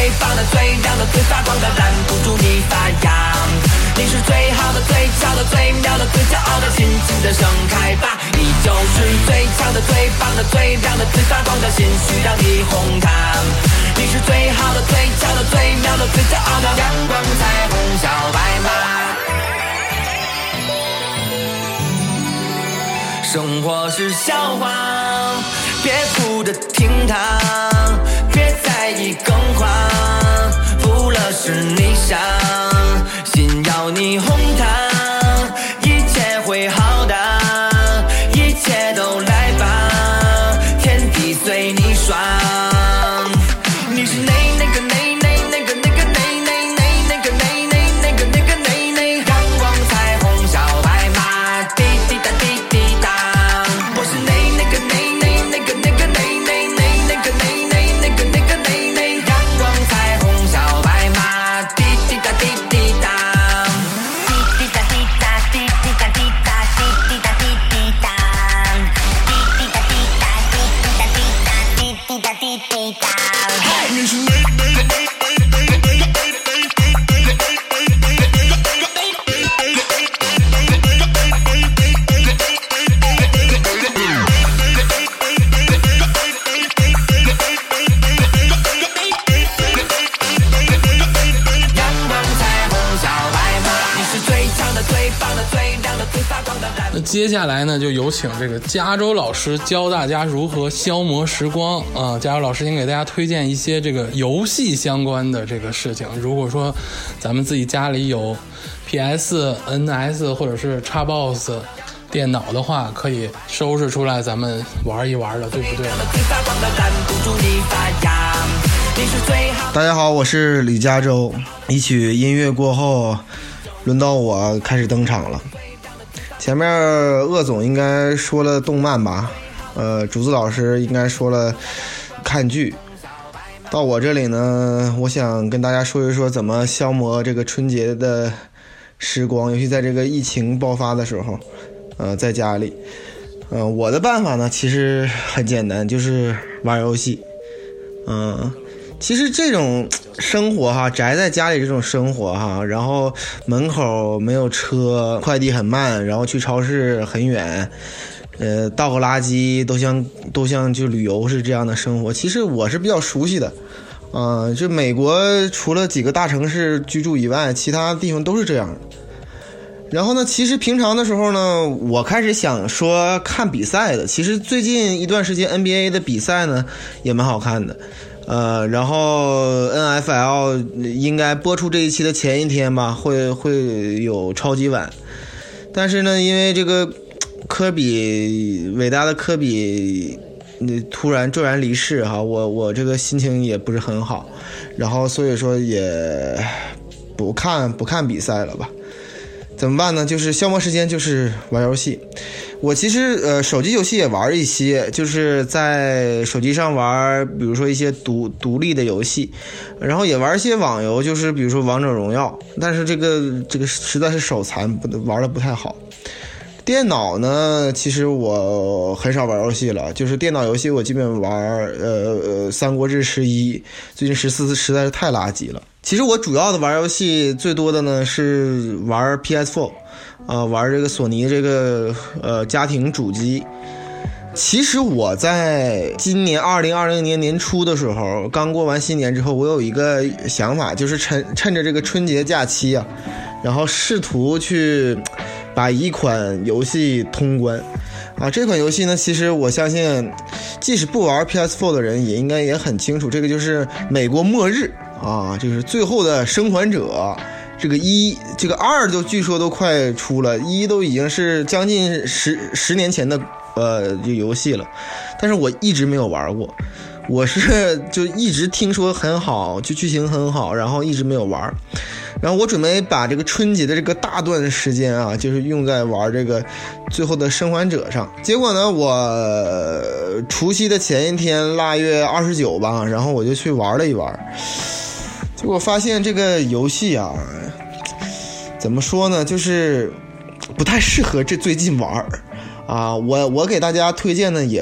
棒的、最亮的、最发光的，拦不住你发芽。你是最好的、最俏的、最妙的、最骄傲的，尽情的盛开吧！你就是最强的、最棒的、最亮的、最发光的，心需让你红它。你是最好的、最俏的、最妙的、最骄傲的，阳光彩虹小白马。生活是笑话，别哭着听它，别在意更狂，负了是你伤，心要你哄它，一切会好的，一切都来吧，天地随你爽。你是那个阳光彩虹小白马，滴滴答滴滴答。我是那个阳光彩虹小白马，滴滴答滴滴答。滴滴答滴答滴滴答滴答滴滴答滴滴答。滴滴答滴答滴滴答滴答滴滴答。你是那接下来呢，就有请这个加州老师教大家如何消磨时光啊！加州老师，请给大家推荐一些这个游戏相关的这个事情。如果说咱们自己家里有 PS、NS 或者是 Xbox 电脑的话，可以收拾出来咱们玩一玩了，对不对？ 大家好，我是李加州。一曲音乐过后，轮到我开始登场了。前面鄂总应该说了动漫吧，竹子老师应该说了看剧。到我这里呢，我想跟大家说一说怎么消磨这个春节的时光，尤其在这个疫情爆发的时候，在家里，我的办法呢其实很简单，就是玩游戏。其实这种生活哈，宅在家里这种生活哈，然后门口没有车，快递很慢，然后去超市很远，倒个垃圾都像就旅游是这样的生活。其实我是比较熟悉的，就美国除了几个大城市居住以外，其他地方都是这样的。然后呢，其实平常的时候呢，我开始想说看比赛的。其实最近一段时间 NBA 的比赛呢也蛮好看的。然后 NFL 应该播出这一期的前一天吧，会有超级碗。但是呢，因为这个伟大的科比突然骤然离世哈，我这个心情也不是很好，然后所以说也不看比赛了吧。怎么办呢？就是消磨时间，就是玩游戏。我其实手机游戏也玩一些，就是在手机上玩，比如说一些独立的游戏，然后也玩一些网游，就是比如说王者荣耀，但是这个实在是手残，玩的不太好。电脑呢，其实我很少玩游戏了，就是电脑游戏我基本玩三国志11，最近14实在是太垃圾了。其实我主要的玩游戏最多的呢是玩 PS4，玩这个索尼这个家庭主机。其实我在今年2020年年初的时候，刚过完新年之后，我有一个想法，就是趁着这个春节假期啊，然后试图去把一款游戏通关啊。这款游戏呢，其实我相信即使不玩 PS4 的人也应该也很清楚，这个就是美国末日啊，就是最后的生还者。这个2都据说都快出了，1都已经是将近十年前的游戏了，但是我一直没有玩过。我是就一直听说很好，就剧情很好，然后一直没有玩。然后我准备把这个春节的这个大段时间啊，就是用在玩这个最后的生还者上。结果呢，我除夕的前一天腊月29吧，然后我就去玩了一玩。结果发现这个游戏啊，怎么说呢，就是不太适合最近玩啊。我给大家推荐的也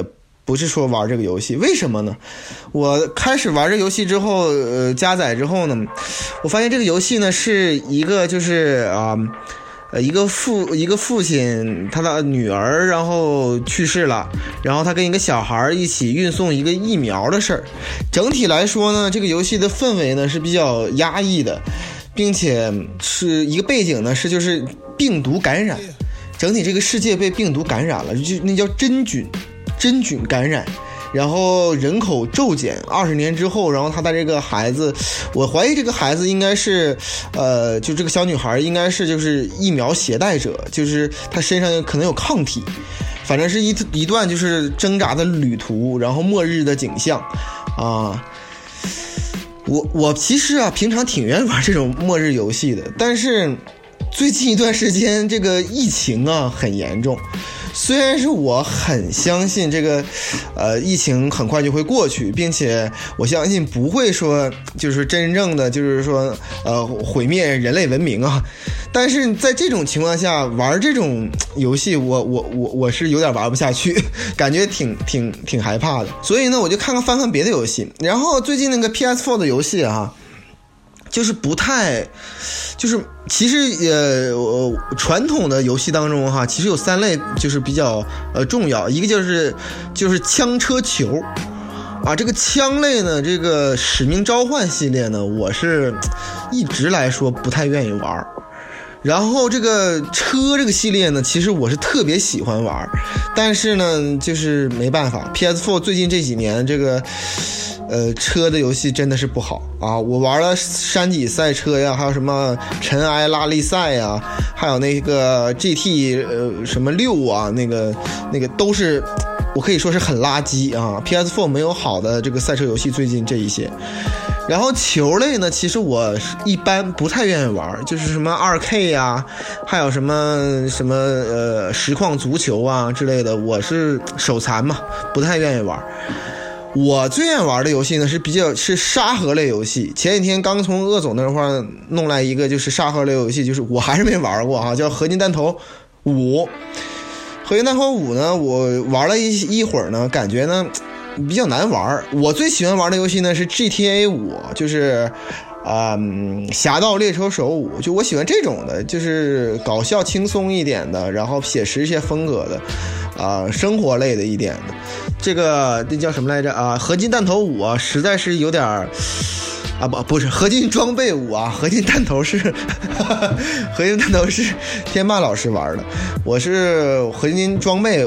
不是说玩这个游戏。为什么呢？我开始玩这游戏之后，加载之后呢，我发现这个游戏呢是一个就是一个父亲他的女儿然后去世了，然后他跟一个小孩一起运送一个疫苗的事儿。整体来说呢，这个游戏的氛围呢是比较压抑的，并且是一个背景呢是就是病毒感染，整体这个世界被病毒感染了，就那叫真菌感染，然后人口骤减，20年之后，然后他的这个孩子，我怀疑这个孩子应该是就这个小女孩应该是就是疫苗携带者，就是她身上可能有抗体，反正是一段就是挣扎的旅途，然后末日的景象啊。我其实平常挺愿意玩这种末日游戏的，但是最近一段时间这个疫情很严重。虽然是我很相信这个疫情很快就会过去，并且我相信不会说就是真正的就是说毁灭人类文明但是在这种情况下玩这种游戏我是有点玩不下去，感觉挺害怕的。所以呢我就翻看别的游戏，然后最近那个 PS4 的游戏就是不太，就是其实传统的游戏当中其实有3类就是比较重要，一个就是枪车球这个枪类呢，这个使命召唤系列呢，我是一直来说不太愿意玩。然后这个车这个系列呢，其实我是特别喜欢玩，但是呢就是没办法， PS4 最近这几年这个车的游戏真的是不好我玩了山脊赛车呀，还有什么尘埃拉力赛呀，还有那个 GT 什么6那个都是我可以说是很垃圾PS4 没有好的这个赛车游戏，最近这一些。然后球类呢，其实我一般不太愿意玩，就是什么 2K 呀，还有什么实况足球之类的，我是手残嘛，不太愿意玩。我最愿意玩的游戏呢是沙盒类游戏。前几天刚从鄂总那块弄来一个就是沙盒类游戏，就是我还是没玩过叫合金弹头5。合金弹头5呢，我玩了一会儿呢，感觉呢比较难玩。我最喜欢玩的游戏呢是 GTA 5，就是侠盗猎车手5，就我喜欢这种的，就是搞笑轻松一点的，然后写实一些风格的生活类的一点的。这个那叫什么来着合金弹头5实在是有点不是合金装备5合金弹头是合金弹头是天霸老师玩的，我是合金装备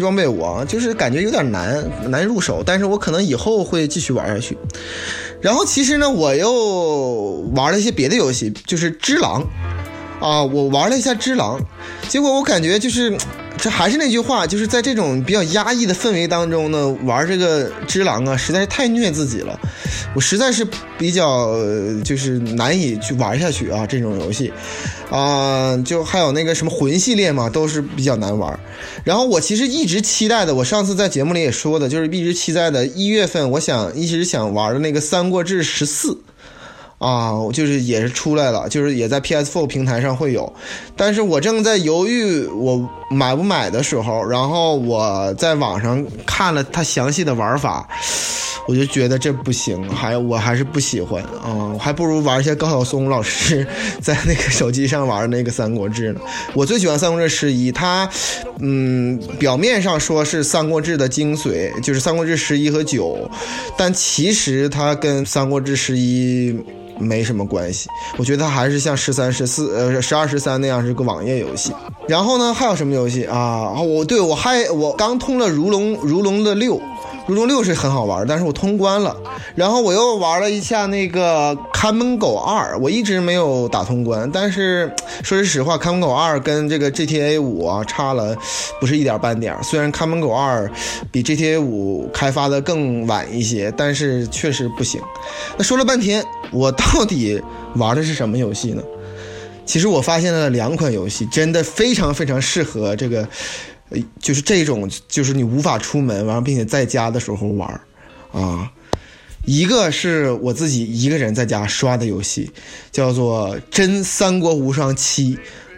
5就是感觉有点难入手，但是我可能以后会继续玩下去。然后其实呢我又玩了一些别的游戏，就是只狼我玩了一下只狼，结果我感觉就是这还是那句话，就是在这种比较压抑的氛围当中呢，玩这个只狼实在是太虐自己了，我实在是比较就是难以去玩下去这种游戏就还有那个什么魂系列嘛，都是比较难玩。然后我其实一直期待的，我上次在节目里也说的，就是一直期待的1月份我一直想玩的那个三国志14就是也是出来了，就是也在 PS4 平台上会有，但是我正在犹豫我买不买的时候，然后我在网上看了它详细的玩法，我就觉得这不行，我还是不喜欢我还不如玩一些高晓松老师在那个手机上玩的那个三国志呢。我最喜欢三国志11，它表面上说是三国志的精髓，就是三国志11和9，但其实它跟三国志11没什么关系，我觉得它还是像13、14、12、13那样是个网页游戏。然后呢，还有什么游戏我刚通了如龙的6，如龙6是很好玩，但是我通关了。然后我又玩了一下那个看门狗2，我一直没有打通关，但是说实话，看门狗2跟这个 GTA 5差了不是一点半点，虽然看门狗2比 GTA 5开发的更晚一些，但是确实不行。那说了半天，我到底玩的是什么游戏呢？其实我发现了2款游戏真的非常非常适合这个就是这种就是你无法出门然后并且在家的时候玩一个是我自己一个人在家刷的游戏，叫做真三国无双7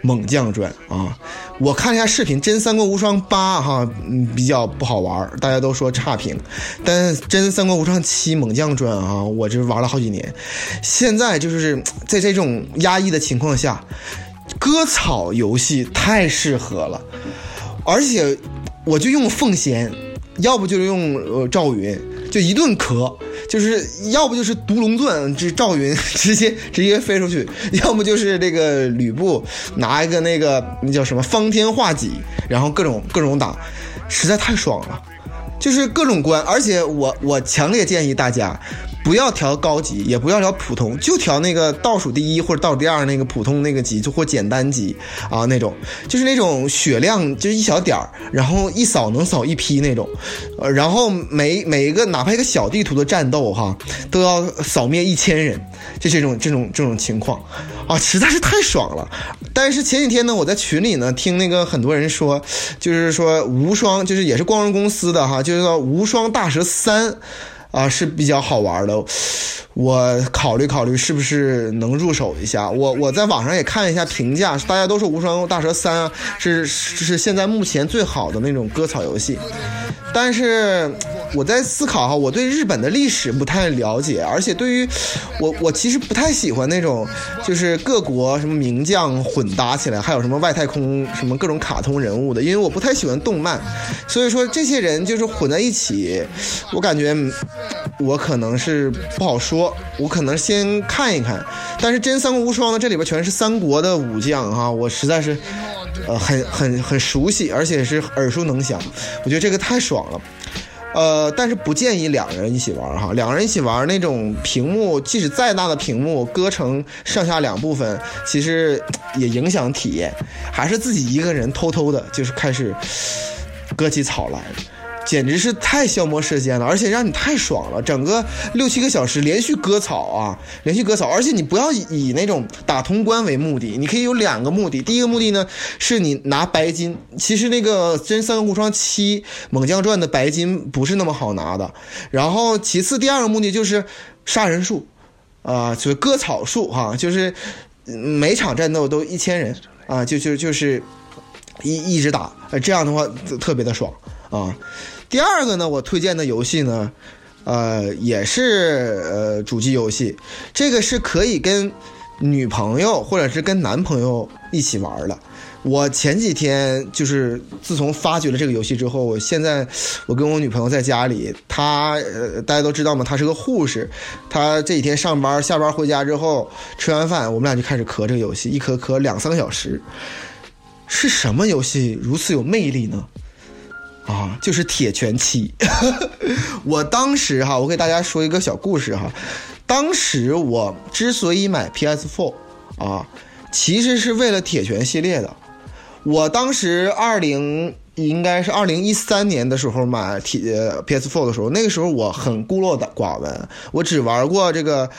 猛将传啊。我看了一下视频，真三国无双8哈，比较不好玩，大家都说差评。但真三国无双7猛将传啊，我这玩了好几年。现在就是在这种压抑的情况下，割草游戏太适合了，而且我就用凤仙，要不就是用赵云，就一顿咳。就是要不就是独龙钻，这赵云直接飞出去，要么就是这个吕布拿一个那叫什么方天画戟，然后各种打，实在太爽了，就是各种关。而且我强烈建议大家不要调高级，也不要调普通，就调那个倒数第一或者倒数第二那个普通那个级，就或简单级啊，那种就是那种血量就是一小点儿，然后一扫能扫一批那种，然后每一个哪怕一个小地图的战斗哈，都要扫灭1000人，就这种情况啊，实在是太爽了。但是前几天呢，我在群里呢听那个很多人说，就是说无双就是也是光荣公司的哈，就是说无双大蛇3。啊，是比较好玩的，我考虑是不是能入手一下。我在网上也看一下评价，大家都说无双大蛇3是现在目前最好的那种割草游戏。但是我在思考哈，我对日本的历史不太了解，而且对于我其实不太喜欢那种就是各国什么名将混搭起来，还有什么外太空什么各种卡通人物的，因为我不太喜欢动漫，所以说这些人就是混在一起，我感觉我可能是不好说，我可能先看一看。但是真三国无双呢，这里边全是三国的武将哈，我实在是很熟悉，而且是耳熟能详，我觉得这个太爽了。但是不建议2人一起玩哈，2人一起玩那种屏幕，即使再大的屏幕割成上下2部分，其实也影响体验，还是自己一个人偷偷的就是开始割起草来，简直是太消磨时间了，而且让你太爽了，整个6-7个小时连续割草啊，连续割草。而且你不要以那种打通关为目的，你可以有2个目的。第一个目的呢是你拿白金，其实那个真三国无双7猛将传的白金不是那么好拿的。然后其次第二个目的就是杀人数就是割草数哈，就是每场战斗都1000人啊，就是一直打，这样的话特别的爽啊。第二个呢，我推荐的游戏呢也是主机游戏，这个是可以跟女朋友或者是跟男朋友一起玩的。我前几天就是自从发掘了这个游戏之后，现在我跟我女朋友在家里，她大家都知道嘛，她是个护士，她这几天上班下班回家之后吃完饭，我们俩就开始磕这个游戏，一磕2-3个小时。是什么游戏如此有魅力呢？就是铁拳7。我当时哈，我给大家说一个小故事哈。当时我之所以买 PS4 其实是为了铁拳系列的。我当时应该是2013年的时候买PS4 的时候，那个时候我很孤陋寡闻，我只玩过这个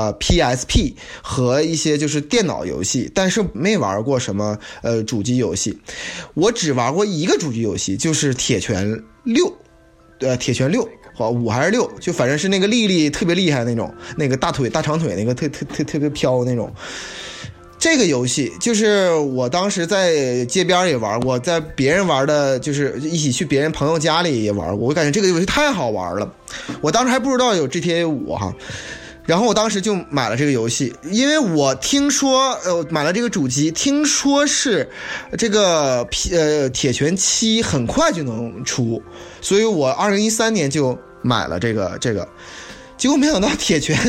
PSP 和一些就是电脑游戏，但是没玩过什么主机游戏。我只玩过一个主机游戏，就是铁拳6，铁拳6。5还是6，就反正是那个丽丽特别厉害那种，那个大长腿那个特别飘那种。这个游戏就是我当时在街边也玩过，在别人玩的就是一起去别人朋友家里也玩过，我感觉这个游戏太好玩了。我当时还不知道有 GTA 5哈，然后我当时就买了这个游戏，因为我听说买了这个主机，听说是这个铁拳7很快就能出，所以我2013年就买了这个，结果没想到铁拳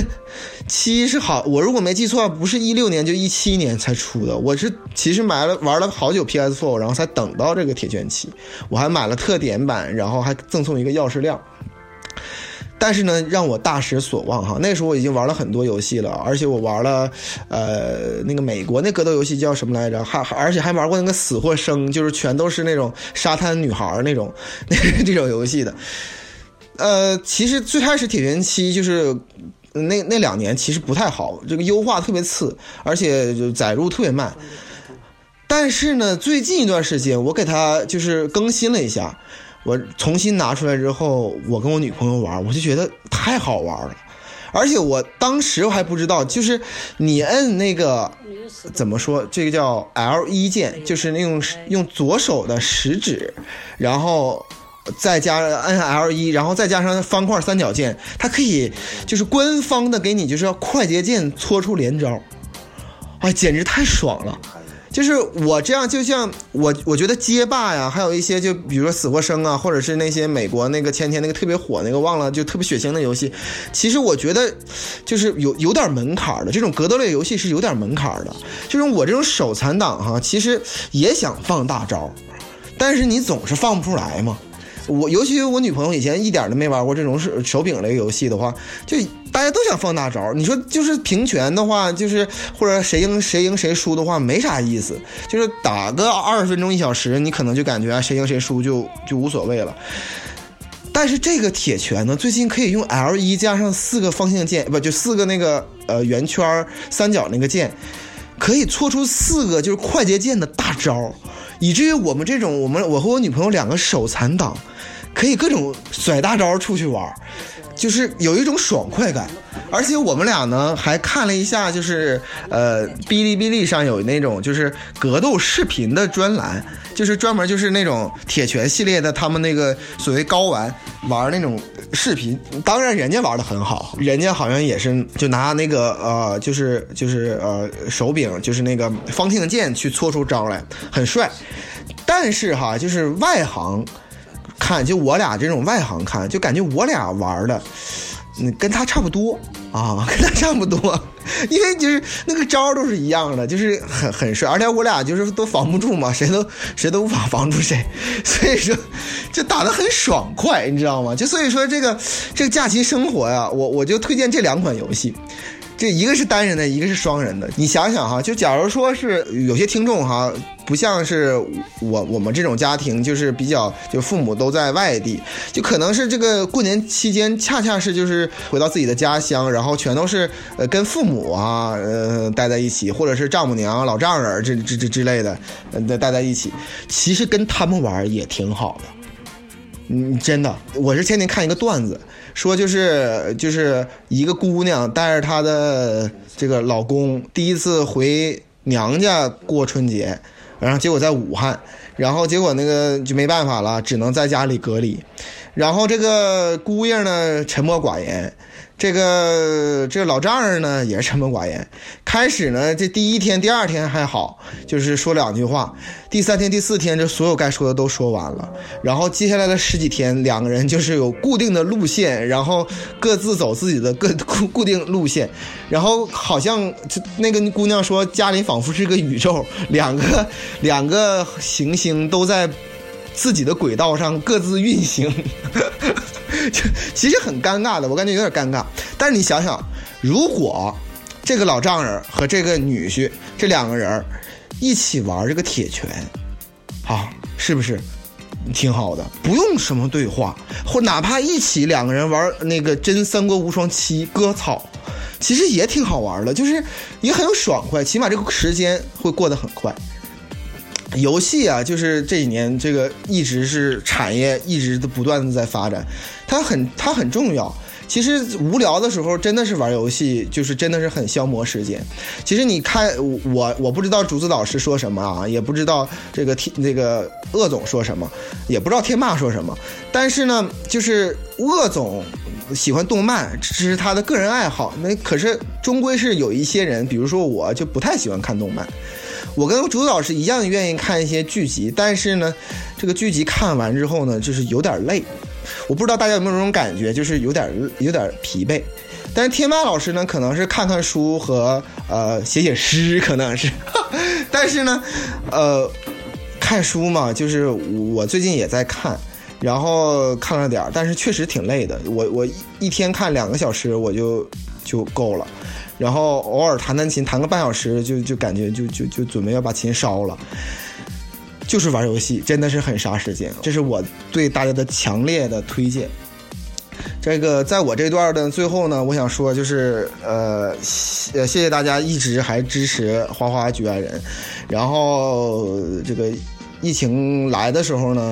7是好，我如果没记错不是16年就17年才出的，我是其实玩了好久 PS4， 然后才等到这个铁拳7，我还买了特典版，然后还赠送一个钥匙链。但是呢，让我大失所望哈。那时候我已经玩了很多游戏了，而且我玩了那个美国那格斗游戏叫什么来着？而且还玩过那个死或生，就是全都是那种沙滩女孩那种这种游戏的。其实最开始铁拳7就是那2年其实不太好，这个优化特别次，而且就载入特别慢。但是呢，最近一段时间我给它就是更新了一下。我重新拿出来之后，我跟我女朋友玩，我就觉得太好玩了， 而且我当时我还不知道，就是你摁那个怎么说，这个叫 L1 键，就是那种用左手的食指，然后再加按 L1，然后再加上方块三角键，它可以就是官方的给你就是要快捷键搓出连招，哎，简直太爽了。就是我这样，就像我觉得街霸呀，还有一些就比如说死或生啊，或者是那些美国那个前天那个特别火那个忘了就特别血腥的游戏，其实我觉得就是有点门槛的，这种格斗类游戏是有点门槛的。就是我这种手残党哈，其实也想放大招，但是你总是放不出来嘛。尤其我女朋友以前一点都没玩过这种手柄类游戏的话，就大家都想放大招。你说就是平权的话，就是或者谁赢谁输的话，没啥意思。就是打个20分钟1小时，你可能就感觉谁赢谁输就无所谓了。但是这个铁拳呢，最近可以用 L1 加上4个方向键，不就4个那个圆圈三角那个键，可以搓出4个就是快捷键的大招，以至于我们这种我和我女朋友2个手残党，可以各种甩大招出去玩，就是有一种爽快感。而且我们俩呢还看了一下，就是哔哩哔哩上有那种就是格斗视频的专栏，就是专门就是那种铁拳系列的他们那个所谓高玩那种视频。当然人家玩的很好，人家好像也是就拿那个就是手柄就是那个方向键去搓出招来，很帅。但是哈，就是外行看，就我俩这种外行看，就感觉我俩玩的跟他差不多啊，跟他差不多，因为就是那个招都是一样的，就是很帅，而且我俩就是都防不住嘛，谁都无法防住谁，所以说就打得很爽快，你知道吗？就所以说这个假期生活呀，我就推荐这2款游戏。这一个是单人的，一个是双人的。你想想哈，就假如说是有些听众哈，不像是我们这种家庭，就是比较就父母都在外地，就可能是这个过年期间恰恰是就是回到自己的家乡，然后全都是跟父母啊待在一起，或者是丈母娘、老丈人这之类的待在一起，其实跟他们玩也挺好的。真的，我是前天看一个段子，说就是一个姑娘带着她的这个老公第一次回娘家过春节，然后结果在武汉，然后结果那个就没办法了，只能在家里隔离。然后这个姑爷呢沉默寡言，这个老丈人呢也是沉默寡言。开始呢这第1天第2天还好，就是说2句话，第3天第4天这所有该说的都说完了，然后接下来的10几天2个人就是有固定的路线，然后各自走自己的固定路线，然后好像那个姑娘说家里仿佛是个宇宙，两个行星都在自己的轨道上各自运行其实很尴尬的，我感觉有点尴尬。但是你想想，如果这个老丈人和这个女婿这2个人一起玩这个铁拳啊，是不是挺好的？不用什么对话，或哪怕一起2个人玩那个真三国无双7割草，其实也挺好玩的，就是也很有爽快，起码这个时间会过得很快。游戏啊，就是这几年这个一直是产业一直不断的在发展，它很重要。其实无聊的时候真的是玩游戏，就是真的是很消磨时间。其实你看我不知道竹子老师说什么啊，也不知道这个鄂总说什么，也不知道天霸说什么，但是呢就是鄂总喜欢动漫，这是他的个人爱好，那可是终归是有一些人，比如说我就不太喜欢看动漫。我跟竹子老师一样愿意看一些剧集，但是呢这个剧集看完之后呢就是有点累，我不知道大家有没有这种感觉，就是有点疲惫。但是天霸老师呢可能是看看书和写诗可能是但是呢看书嘛，就是我最近也在看，然后看了点，但是确实挺累的，我一天看2个小时我就够了，然后偶尔弹琴弹个半小时就感觉就准备要把琴烧了。就是玩游戏真的是很杀时间，这是我对大家的强烈的推荐。这个在我这段的最后呢，我想说就是谢谢大家一直还支持花花局外人，然后这个疫情来的时候呢，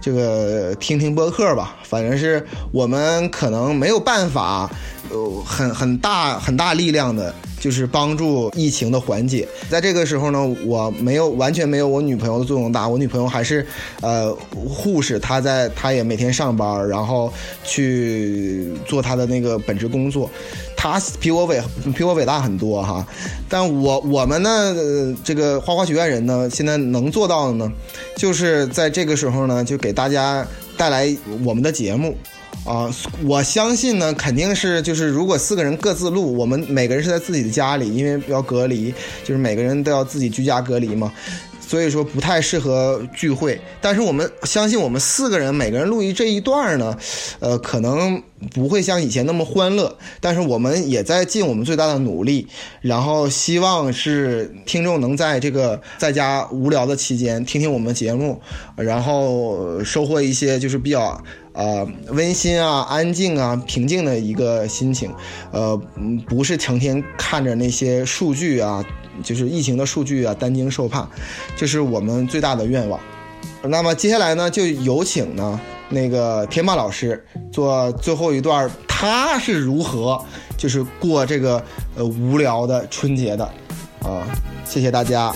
这个听听播客吧。反正是我们可能没有办法很大力量的就是帮助疫情的缓解。在这个时候呢，我完全没有我女朋友的作用大。我女朋友还是护士，她也每天上班，然后去做她的那个本职工作。她比我伟大很多哈。但我们呢，这个花花学院人呢，现在能做到的呢，就是在这个时候呢，就给大家带来我们的节目。我相信呢，肯定是就是如果4个人各自录，我们每个人是在自己的家里，因为要隔离，就是每个人都要自己居家隔离嘛，所以说不太适合聚会。但是我们相信我们4个人每个人录这一段呢，可能不会像以前那么欢乐，但是我们也在尽我们最大的努力，然后希望是听众能在这个在家无聊的期间听听我们节目，然后收获一些就是比较温馨啊、安静啊、平静的一个心情，不是成天看着那些数据啊，就是疫情的数据啊，担惊受怕，这是我们最大的愿望。那么接下来呢，就有请呢那个天霸老师做最后一段，他是如何就是过这个无聊的春节的啊，谢谢大家。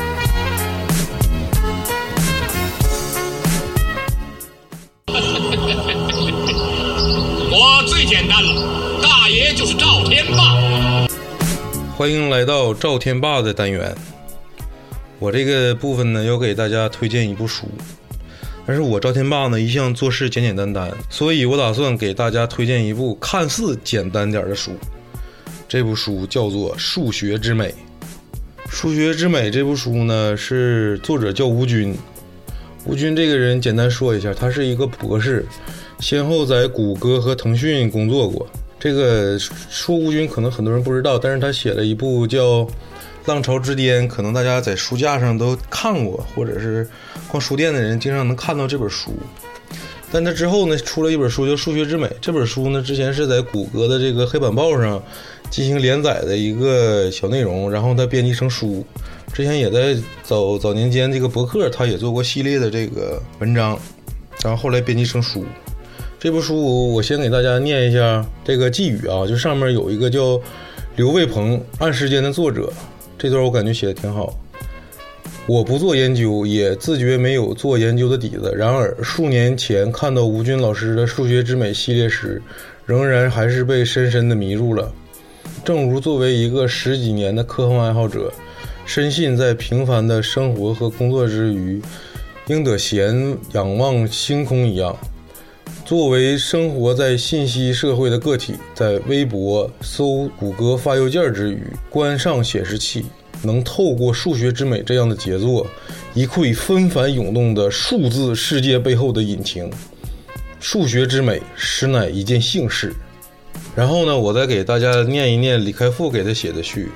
我最简单了，大爷就是赵天霸。 欢迎来到赵天霸的单元。我这个部分呢，要给大家推荐一部书，但是我赵天霸呢一向做事简简单单，所以我打算给大家推荐一部看似简单点的书。这部书叫做《数学之美》。《数学之美》这部书呢，是作者叫吴军。吴军这个人简单说一下，他是一个博士，先后在谷歌和腾讯工作过。这个说吴军可能很多人不知道，但是他写了一部叫《浪潮之巅》，可能大家在书架上都看过，或者是逛书店的人经常能看到这本书。但他之后呢，出了一本书叫《数学之美》。这本书呢，之前是在谷歌的这个黑板报上进行连载的一个小内容，然后他编辑成书。之前也在早年间这个博客他也做过系列的这个文章，然后后来编辑成书。这部书我先给大家念一下这个寄语啊，就上面有一个叫刘卫鹏《按时间》的作者，这段我感觉写的挺好。我不做研究，也自觉没有做研究的底子，然而数年前看到吴军老师的《数学之美》系列时，仍然还是被深深的迷入了。正如作为一个10几年的科幻爱好者，深信在平凡的生活和工作之余，应得闲仰望星空一样。作为生活在信息社会的个体，在微博搜谷歌发邮件之余，关上显示器，能透过《数学之美》这样的杰作，一窥纷繁涌动的数字世界背后的隐情。数学之美实乃一件幸事。然后呢，我再给大家念一念李开复给他写的序。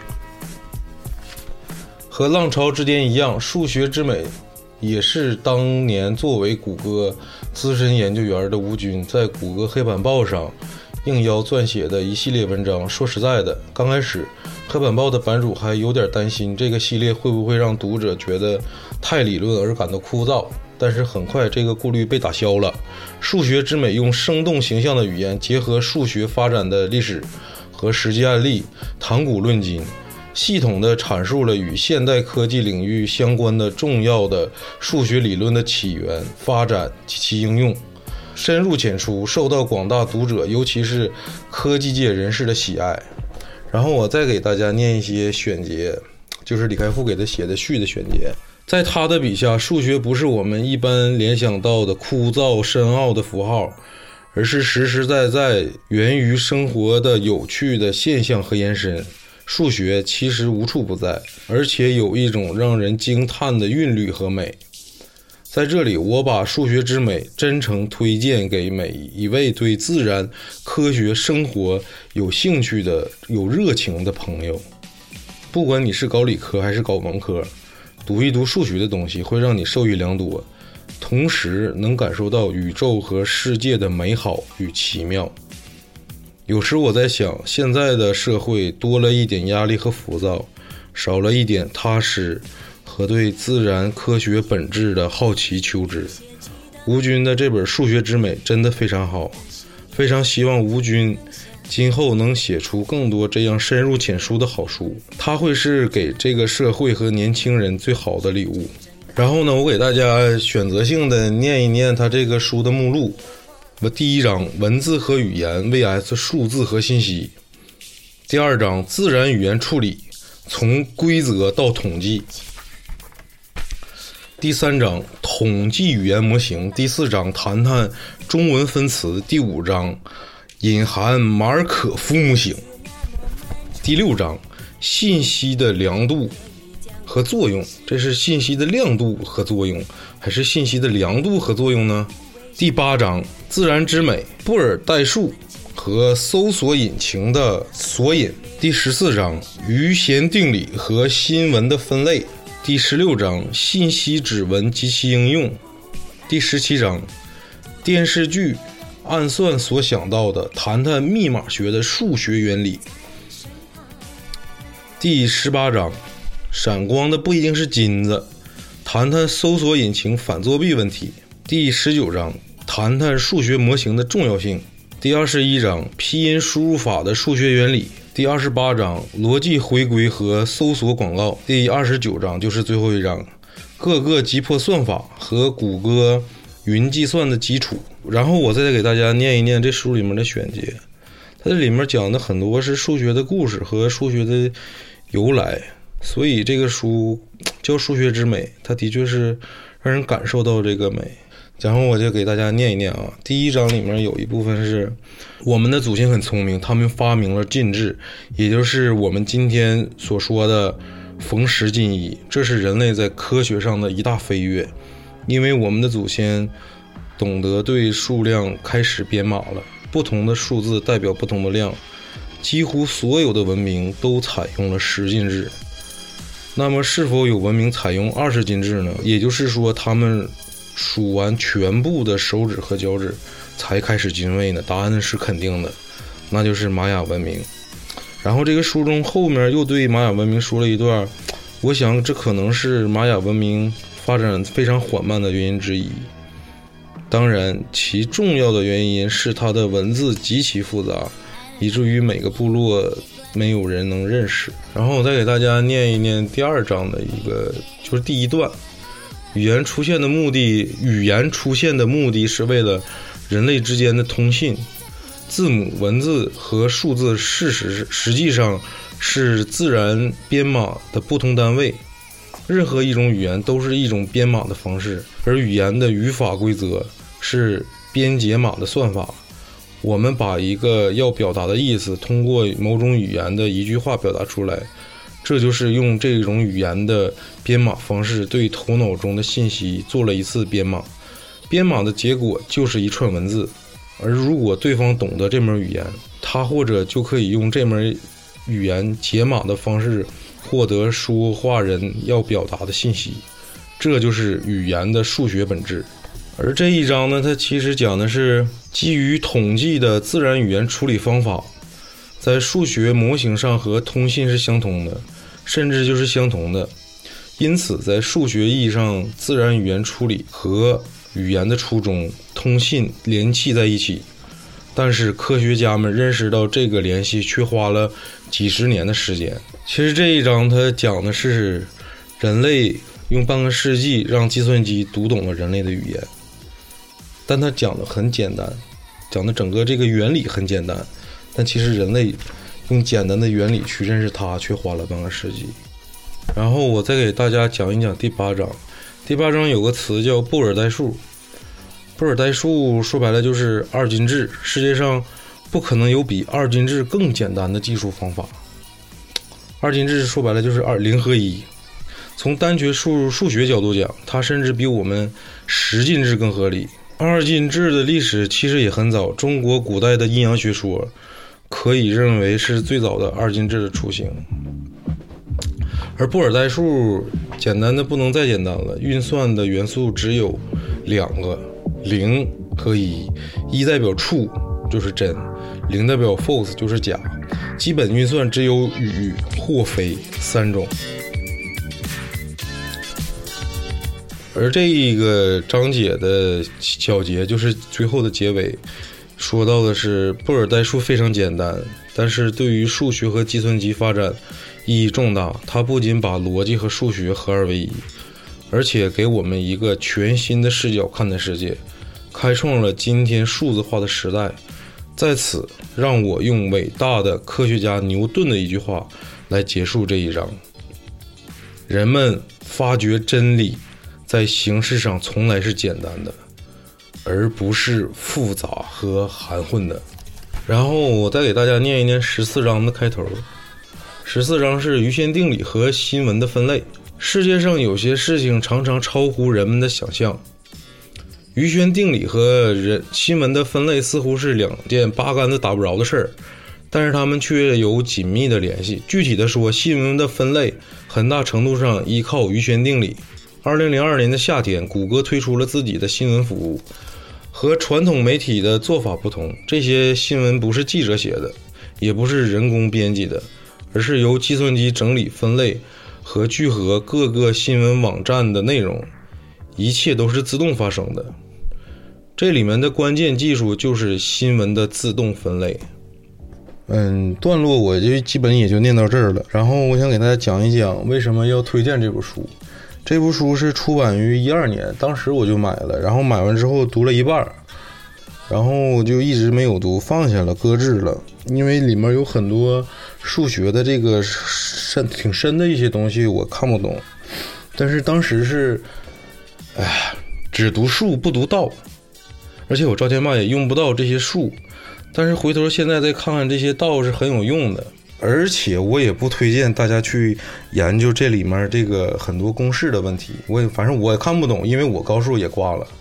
和浪潮之巅一样，数学之美也是当年作为谷歌资深研究员的吴军在谷歌黑板报上应邀撰写的一系列文章。说实在的，刚开始黑板报的版主还有点担心这个系列会不会让读者觉得太理论而感到枯燥，但是很快这个顾虑被打消了。数学之美用生动形象的语言，结合数学发展的历史和实际案例，谈古论今，系统地阐述了与现代科技领域相关的重要的数学理论的起源、发展及其应用，深入浅出，受到广大读者尤其是科技界人士的喜爱。然后我再给大家念一些选节，就是李开复给他写的序的选节。在他的笔下，数学不是我们一般联想到的枯燥深奥的符号，而是实实在在源于生活的有趣的现象和延伸。数学其实无处不在，而且有一种让人惊叹的韵律和美。在这里，我把数学之美真诚推荐给每一位对自然、科学、生活有兴趣的、有热情的朋友。不管你是搞理科还是搞文科，读一读数学的东西会让你受益良多，同时能感受到宇宙和世界的美好与奇妙。有时我在想，现在的社会多了一点压力和浮躁，少了一点踏实和对自然科学本质的好奇求知。 吴军的这本《数学之美》真的非常好，非常希望吴军今后能写出更多这样深入浅出的好书，它会是给这个社会和年轻人最好的礼物。然后呢，我给大家选择性的念一念他这个书的目录。第一章文字和语言 vs 数字和信息，第二章自然语言处理，从规则到统计，第三章统计语言模型，第四章谈谈中文分词，第五章隐含马尔可夫模型，第六章信息的量度和作用，这是信息的亮度和作用还是信息的量度和作用呢？第八章自然之美，布尔代数和搜索引擎的索引，第14章余弦定理和新闻的分类，第16章信息指纹及其应用，第17章电视剧暗算所想到的，谈谈密码学的数学原理，第18章闪光的不一定是金子，谈谈搜索引擎反作弊问题，第19章谈谈数学模型的重要性，第21章拼音输入法的数学原理，第28章逻辑回归和搜索广告，第29章就是最后一章各个击破算法和谷歌云计算的基础。然后我再给大家念一念这书里面的选节，它这里面讲的很多是数学的故事和数学的由来，所以这个书叫数学之美，它的确是让人感受到这个美。然后我就给大家念一念啊。第一章里面有一部分是我们的祖先很聪明，他们发明了进制，也就是我们今天所说的缝十进一，这是人类在科学上的一大飞跃，因为我们的祖先懂得对数量开始编码了，不同的数字代表不同的量，几乎所有的文明都采用了10进制。那么是否有文明采用20进制呢？也就是说他们数完全部的手指和脚趾才开始进位呢？答案是肯定的，那就是玛雅文明。然后这个书中后面又对玛雅文明说了一段，我想这可能是玛雅文明发展非常缓慢的原因之一。当然其重要的原因是它的文字极其复杂，以至于每个部落没有人能认识。然后我再给大家念一念第2章的一个，就是第一段，语言出现的目的是为了人类之间的通信，字母、文字和数字实际上是自然编码的不同单位，任何一种语言都是一种编码的方式，而语言的语法规则是编解码的算法。我们把一个要表达的意思通过某种语言的一句话表达出来，这就是用这种语言的编码方式对头脑中的信息做了一次编码，编码的结果就是一串文字。而如果对方懂得这门语言，他或者就可以用这门语言解码的方式获得说话人要表达的信息，这就是语言的数学本质。而这一章呢，它其实讲的是基于统计的自然语言处理方法，在数学模型上和通信是相同的，甚至就是相同的。因此在数学意义上，自然语言处理和语言的初衷通信联系在一起，但是科学家们认识到这个联系却花了几十年的时间。其实这一章它讲的是人类用半个世纪让计算机读懂了人类的语言，但它讲的很简单，讲的整个这个原理很简单，但其实人类用简单的原理去认识它却花了半个世纪。然后我再给大家讲一讲第8章。第8章有个词叫布尔代数，布尔代数说白了就是2进制，世界上不可能有比2进制更简单的计数方法。2进制说白了就是0和1，从单纯数学角度讲，它甚至比我们10进制更合理。2进制的历史其实也很早，中国古代的阴阳学说可以认为是最早的2进制的雏形。而布尔代数简单的不能再简单了，运算的元素只有2个，0和1， 1代表 true 就是真，0代表 false 就是假，基本运算只有与或非3种。 而这个章节的小节就是最后的结尾，说到的是布尔代数非常简单，但是对于数学和计算机发展意义重大。它不仅把逻辑和数学合二为一，而且给我们一个全新的视角看待世界，开创了今天数字化的时代。在此，让我用伟大的科学家牛顿的一句话来结束这一章：人们发掘真理在形式上从来是简单的，而不是复杂和含混的。然后我再给大家念一念14章的开头。14章是余弦定理和新闻的分类。世界上有些事情常常超乎人们的想象。余弦定理和新闻的分类似乎是两件八竿子打不着的事儿，但是它们却有紧密的联系。具体的说，新闻的分类很大程度上依靠余弦定理。2002年的夏天，谷歌推出了自己的新闻服务。和传统媒体的做法不同，这些新闻不是记者写的，也不是人工编辑的，而是由计算机整理分类和聚合各个新闻网站的内容，一切都是自动发生的。这里面的关键技术就是新闻的自动分类。段落我就基本也就念到这儿了。然后我想给大家讲一讲为什么要推荐这部书。这部书是出版于12年，当时我就买了，然后买完之后读了一半，然后我就一直没有读，放下了，搁置了。因为里面有很多数学的这个挺深的一些东西我看不懂，但是当时是只读数不读道，而且我赵天霸也用不到这些数，但是回头现在再看看这些道是很有用的。而且我也不推荐大家去研究这里面这个很多公式的问题，反正我也看不懂，因为我高数也挂了。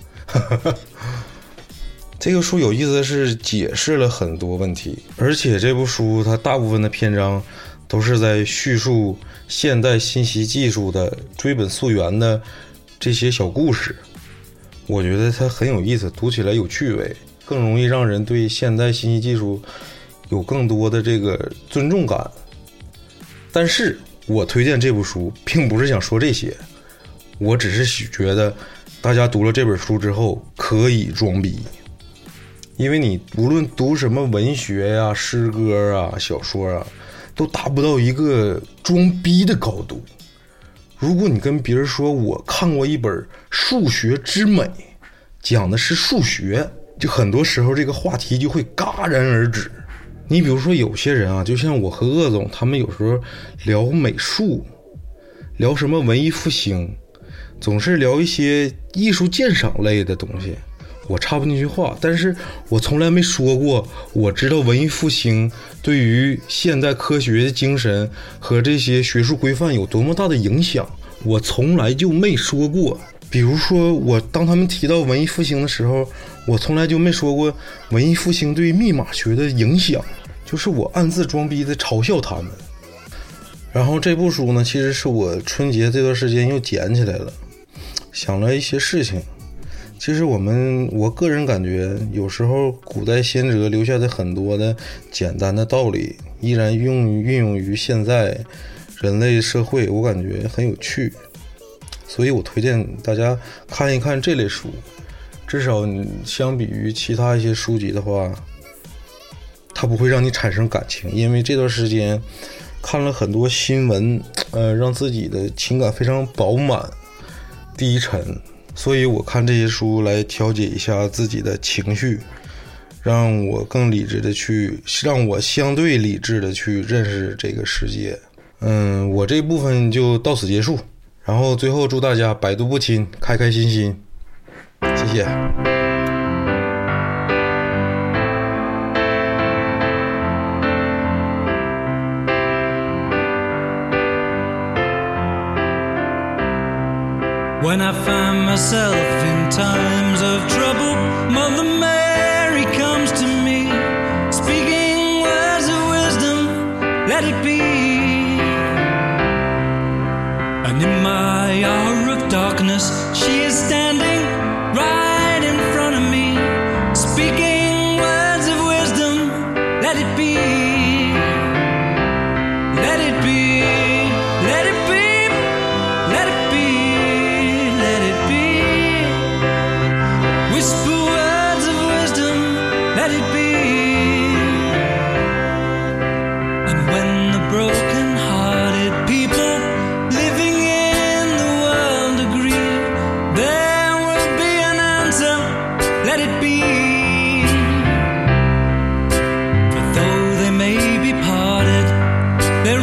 这个书有意思的是解释了很多问题，而且这部书它大部分的篇章都是在叙述现代信息技术的追本溯源的这些小故事。我觉得它很有意思，读起来有趣味，更容易让人对现代信息技术有更多的这个尊重感。但是我推荐这部书并不是想说这些，我只是觉得大家读了这本书之后可以装逼。因为你无论读什么文学呀、诗歌啊、小说啊，都达不到一个装逼的高度。如果你跟别人说我看过一本《数学之美》，讲的是数学，就很多时候这个话题就会戛然而止。你比如说有些人啊，就像我和鄂总，他们有时候聊美术，聊什么文艺复兴，总是聊一些艺术鉴赏类的东西，我插不进去话。但是我从来没说过我知道文艺复兴对于现代科学的精神和这些学术规范有多么大的影响，我从来就没说过。比如说当他们提到文艺复兴的时候，我从来就没说过文艺复兴对密码学的影响，就是我暗自装逼的嘲笑他们。然后这部书呢，其实是我春节这段时间又捡起来了，想了一些事情。其实我个人感觉，有时候古代先哲留下的很多的简单的道理，依然运用于现在人类社会，我感觉很有趣。所以我推荐大家看一看这类书，至少你相比于其他一些书籍的话，它不会让你产生感情。因为这段时间看了很多新闻，让自己的情感非常饱满低沉，所以我看这些书来调节一下自己的情绪，让我更理智的让我相对理智的去认识这个世界。我这部分就到此结束，然后最后祝大家百毒不侵，开开心心，谢谢。 When I find myself in times of trouble, Mother Mary comes to me, speaking words of wisdom, let it be. And in my hour of darkness, she is standing right in front of me, speaking words of wisdom, let it be. Let it be, let it be, let it be. Let it be.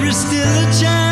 there's still a chance.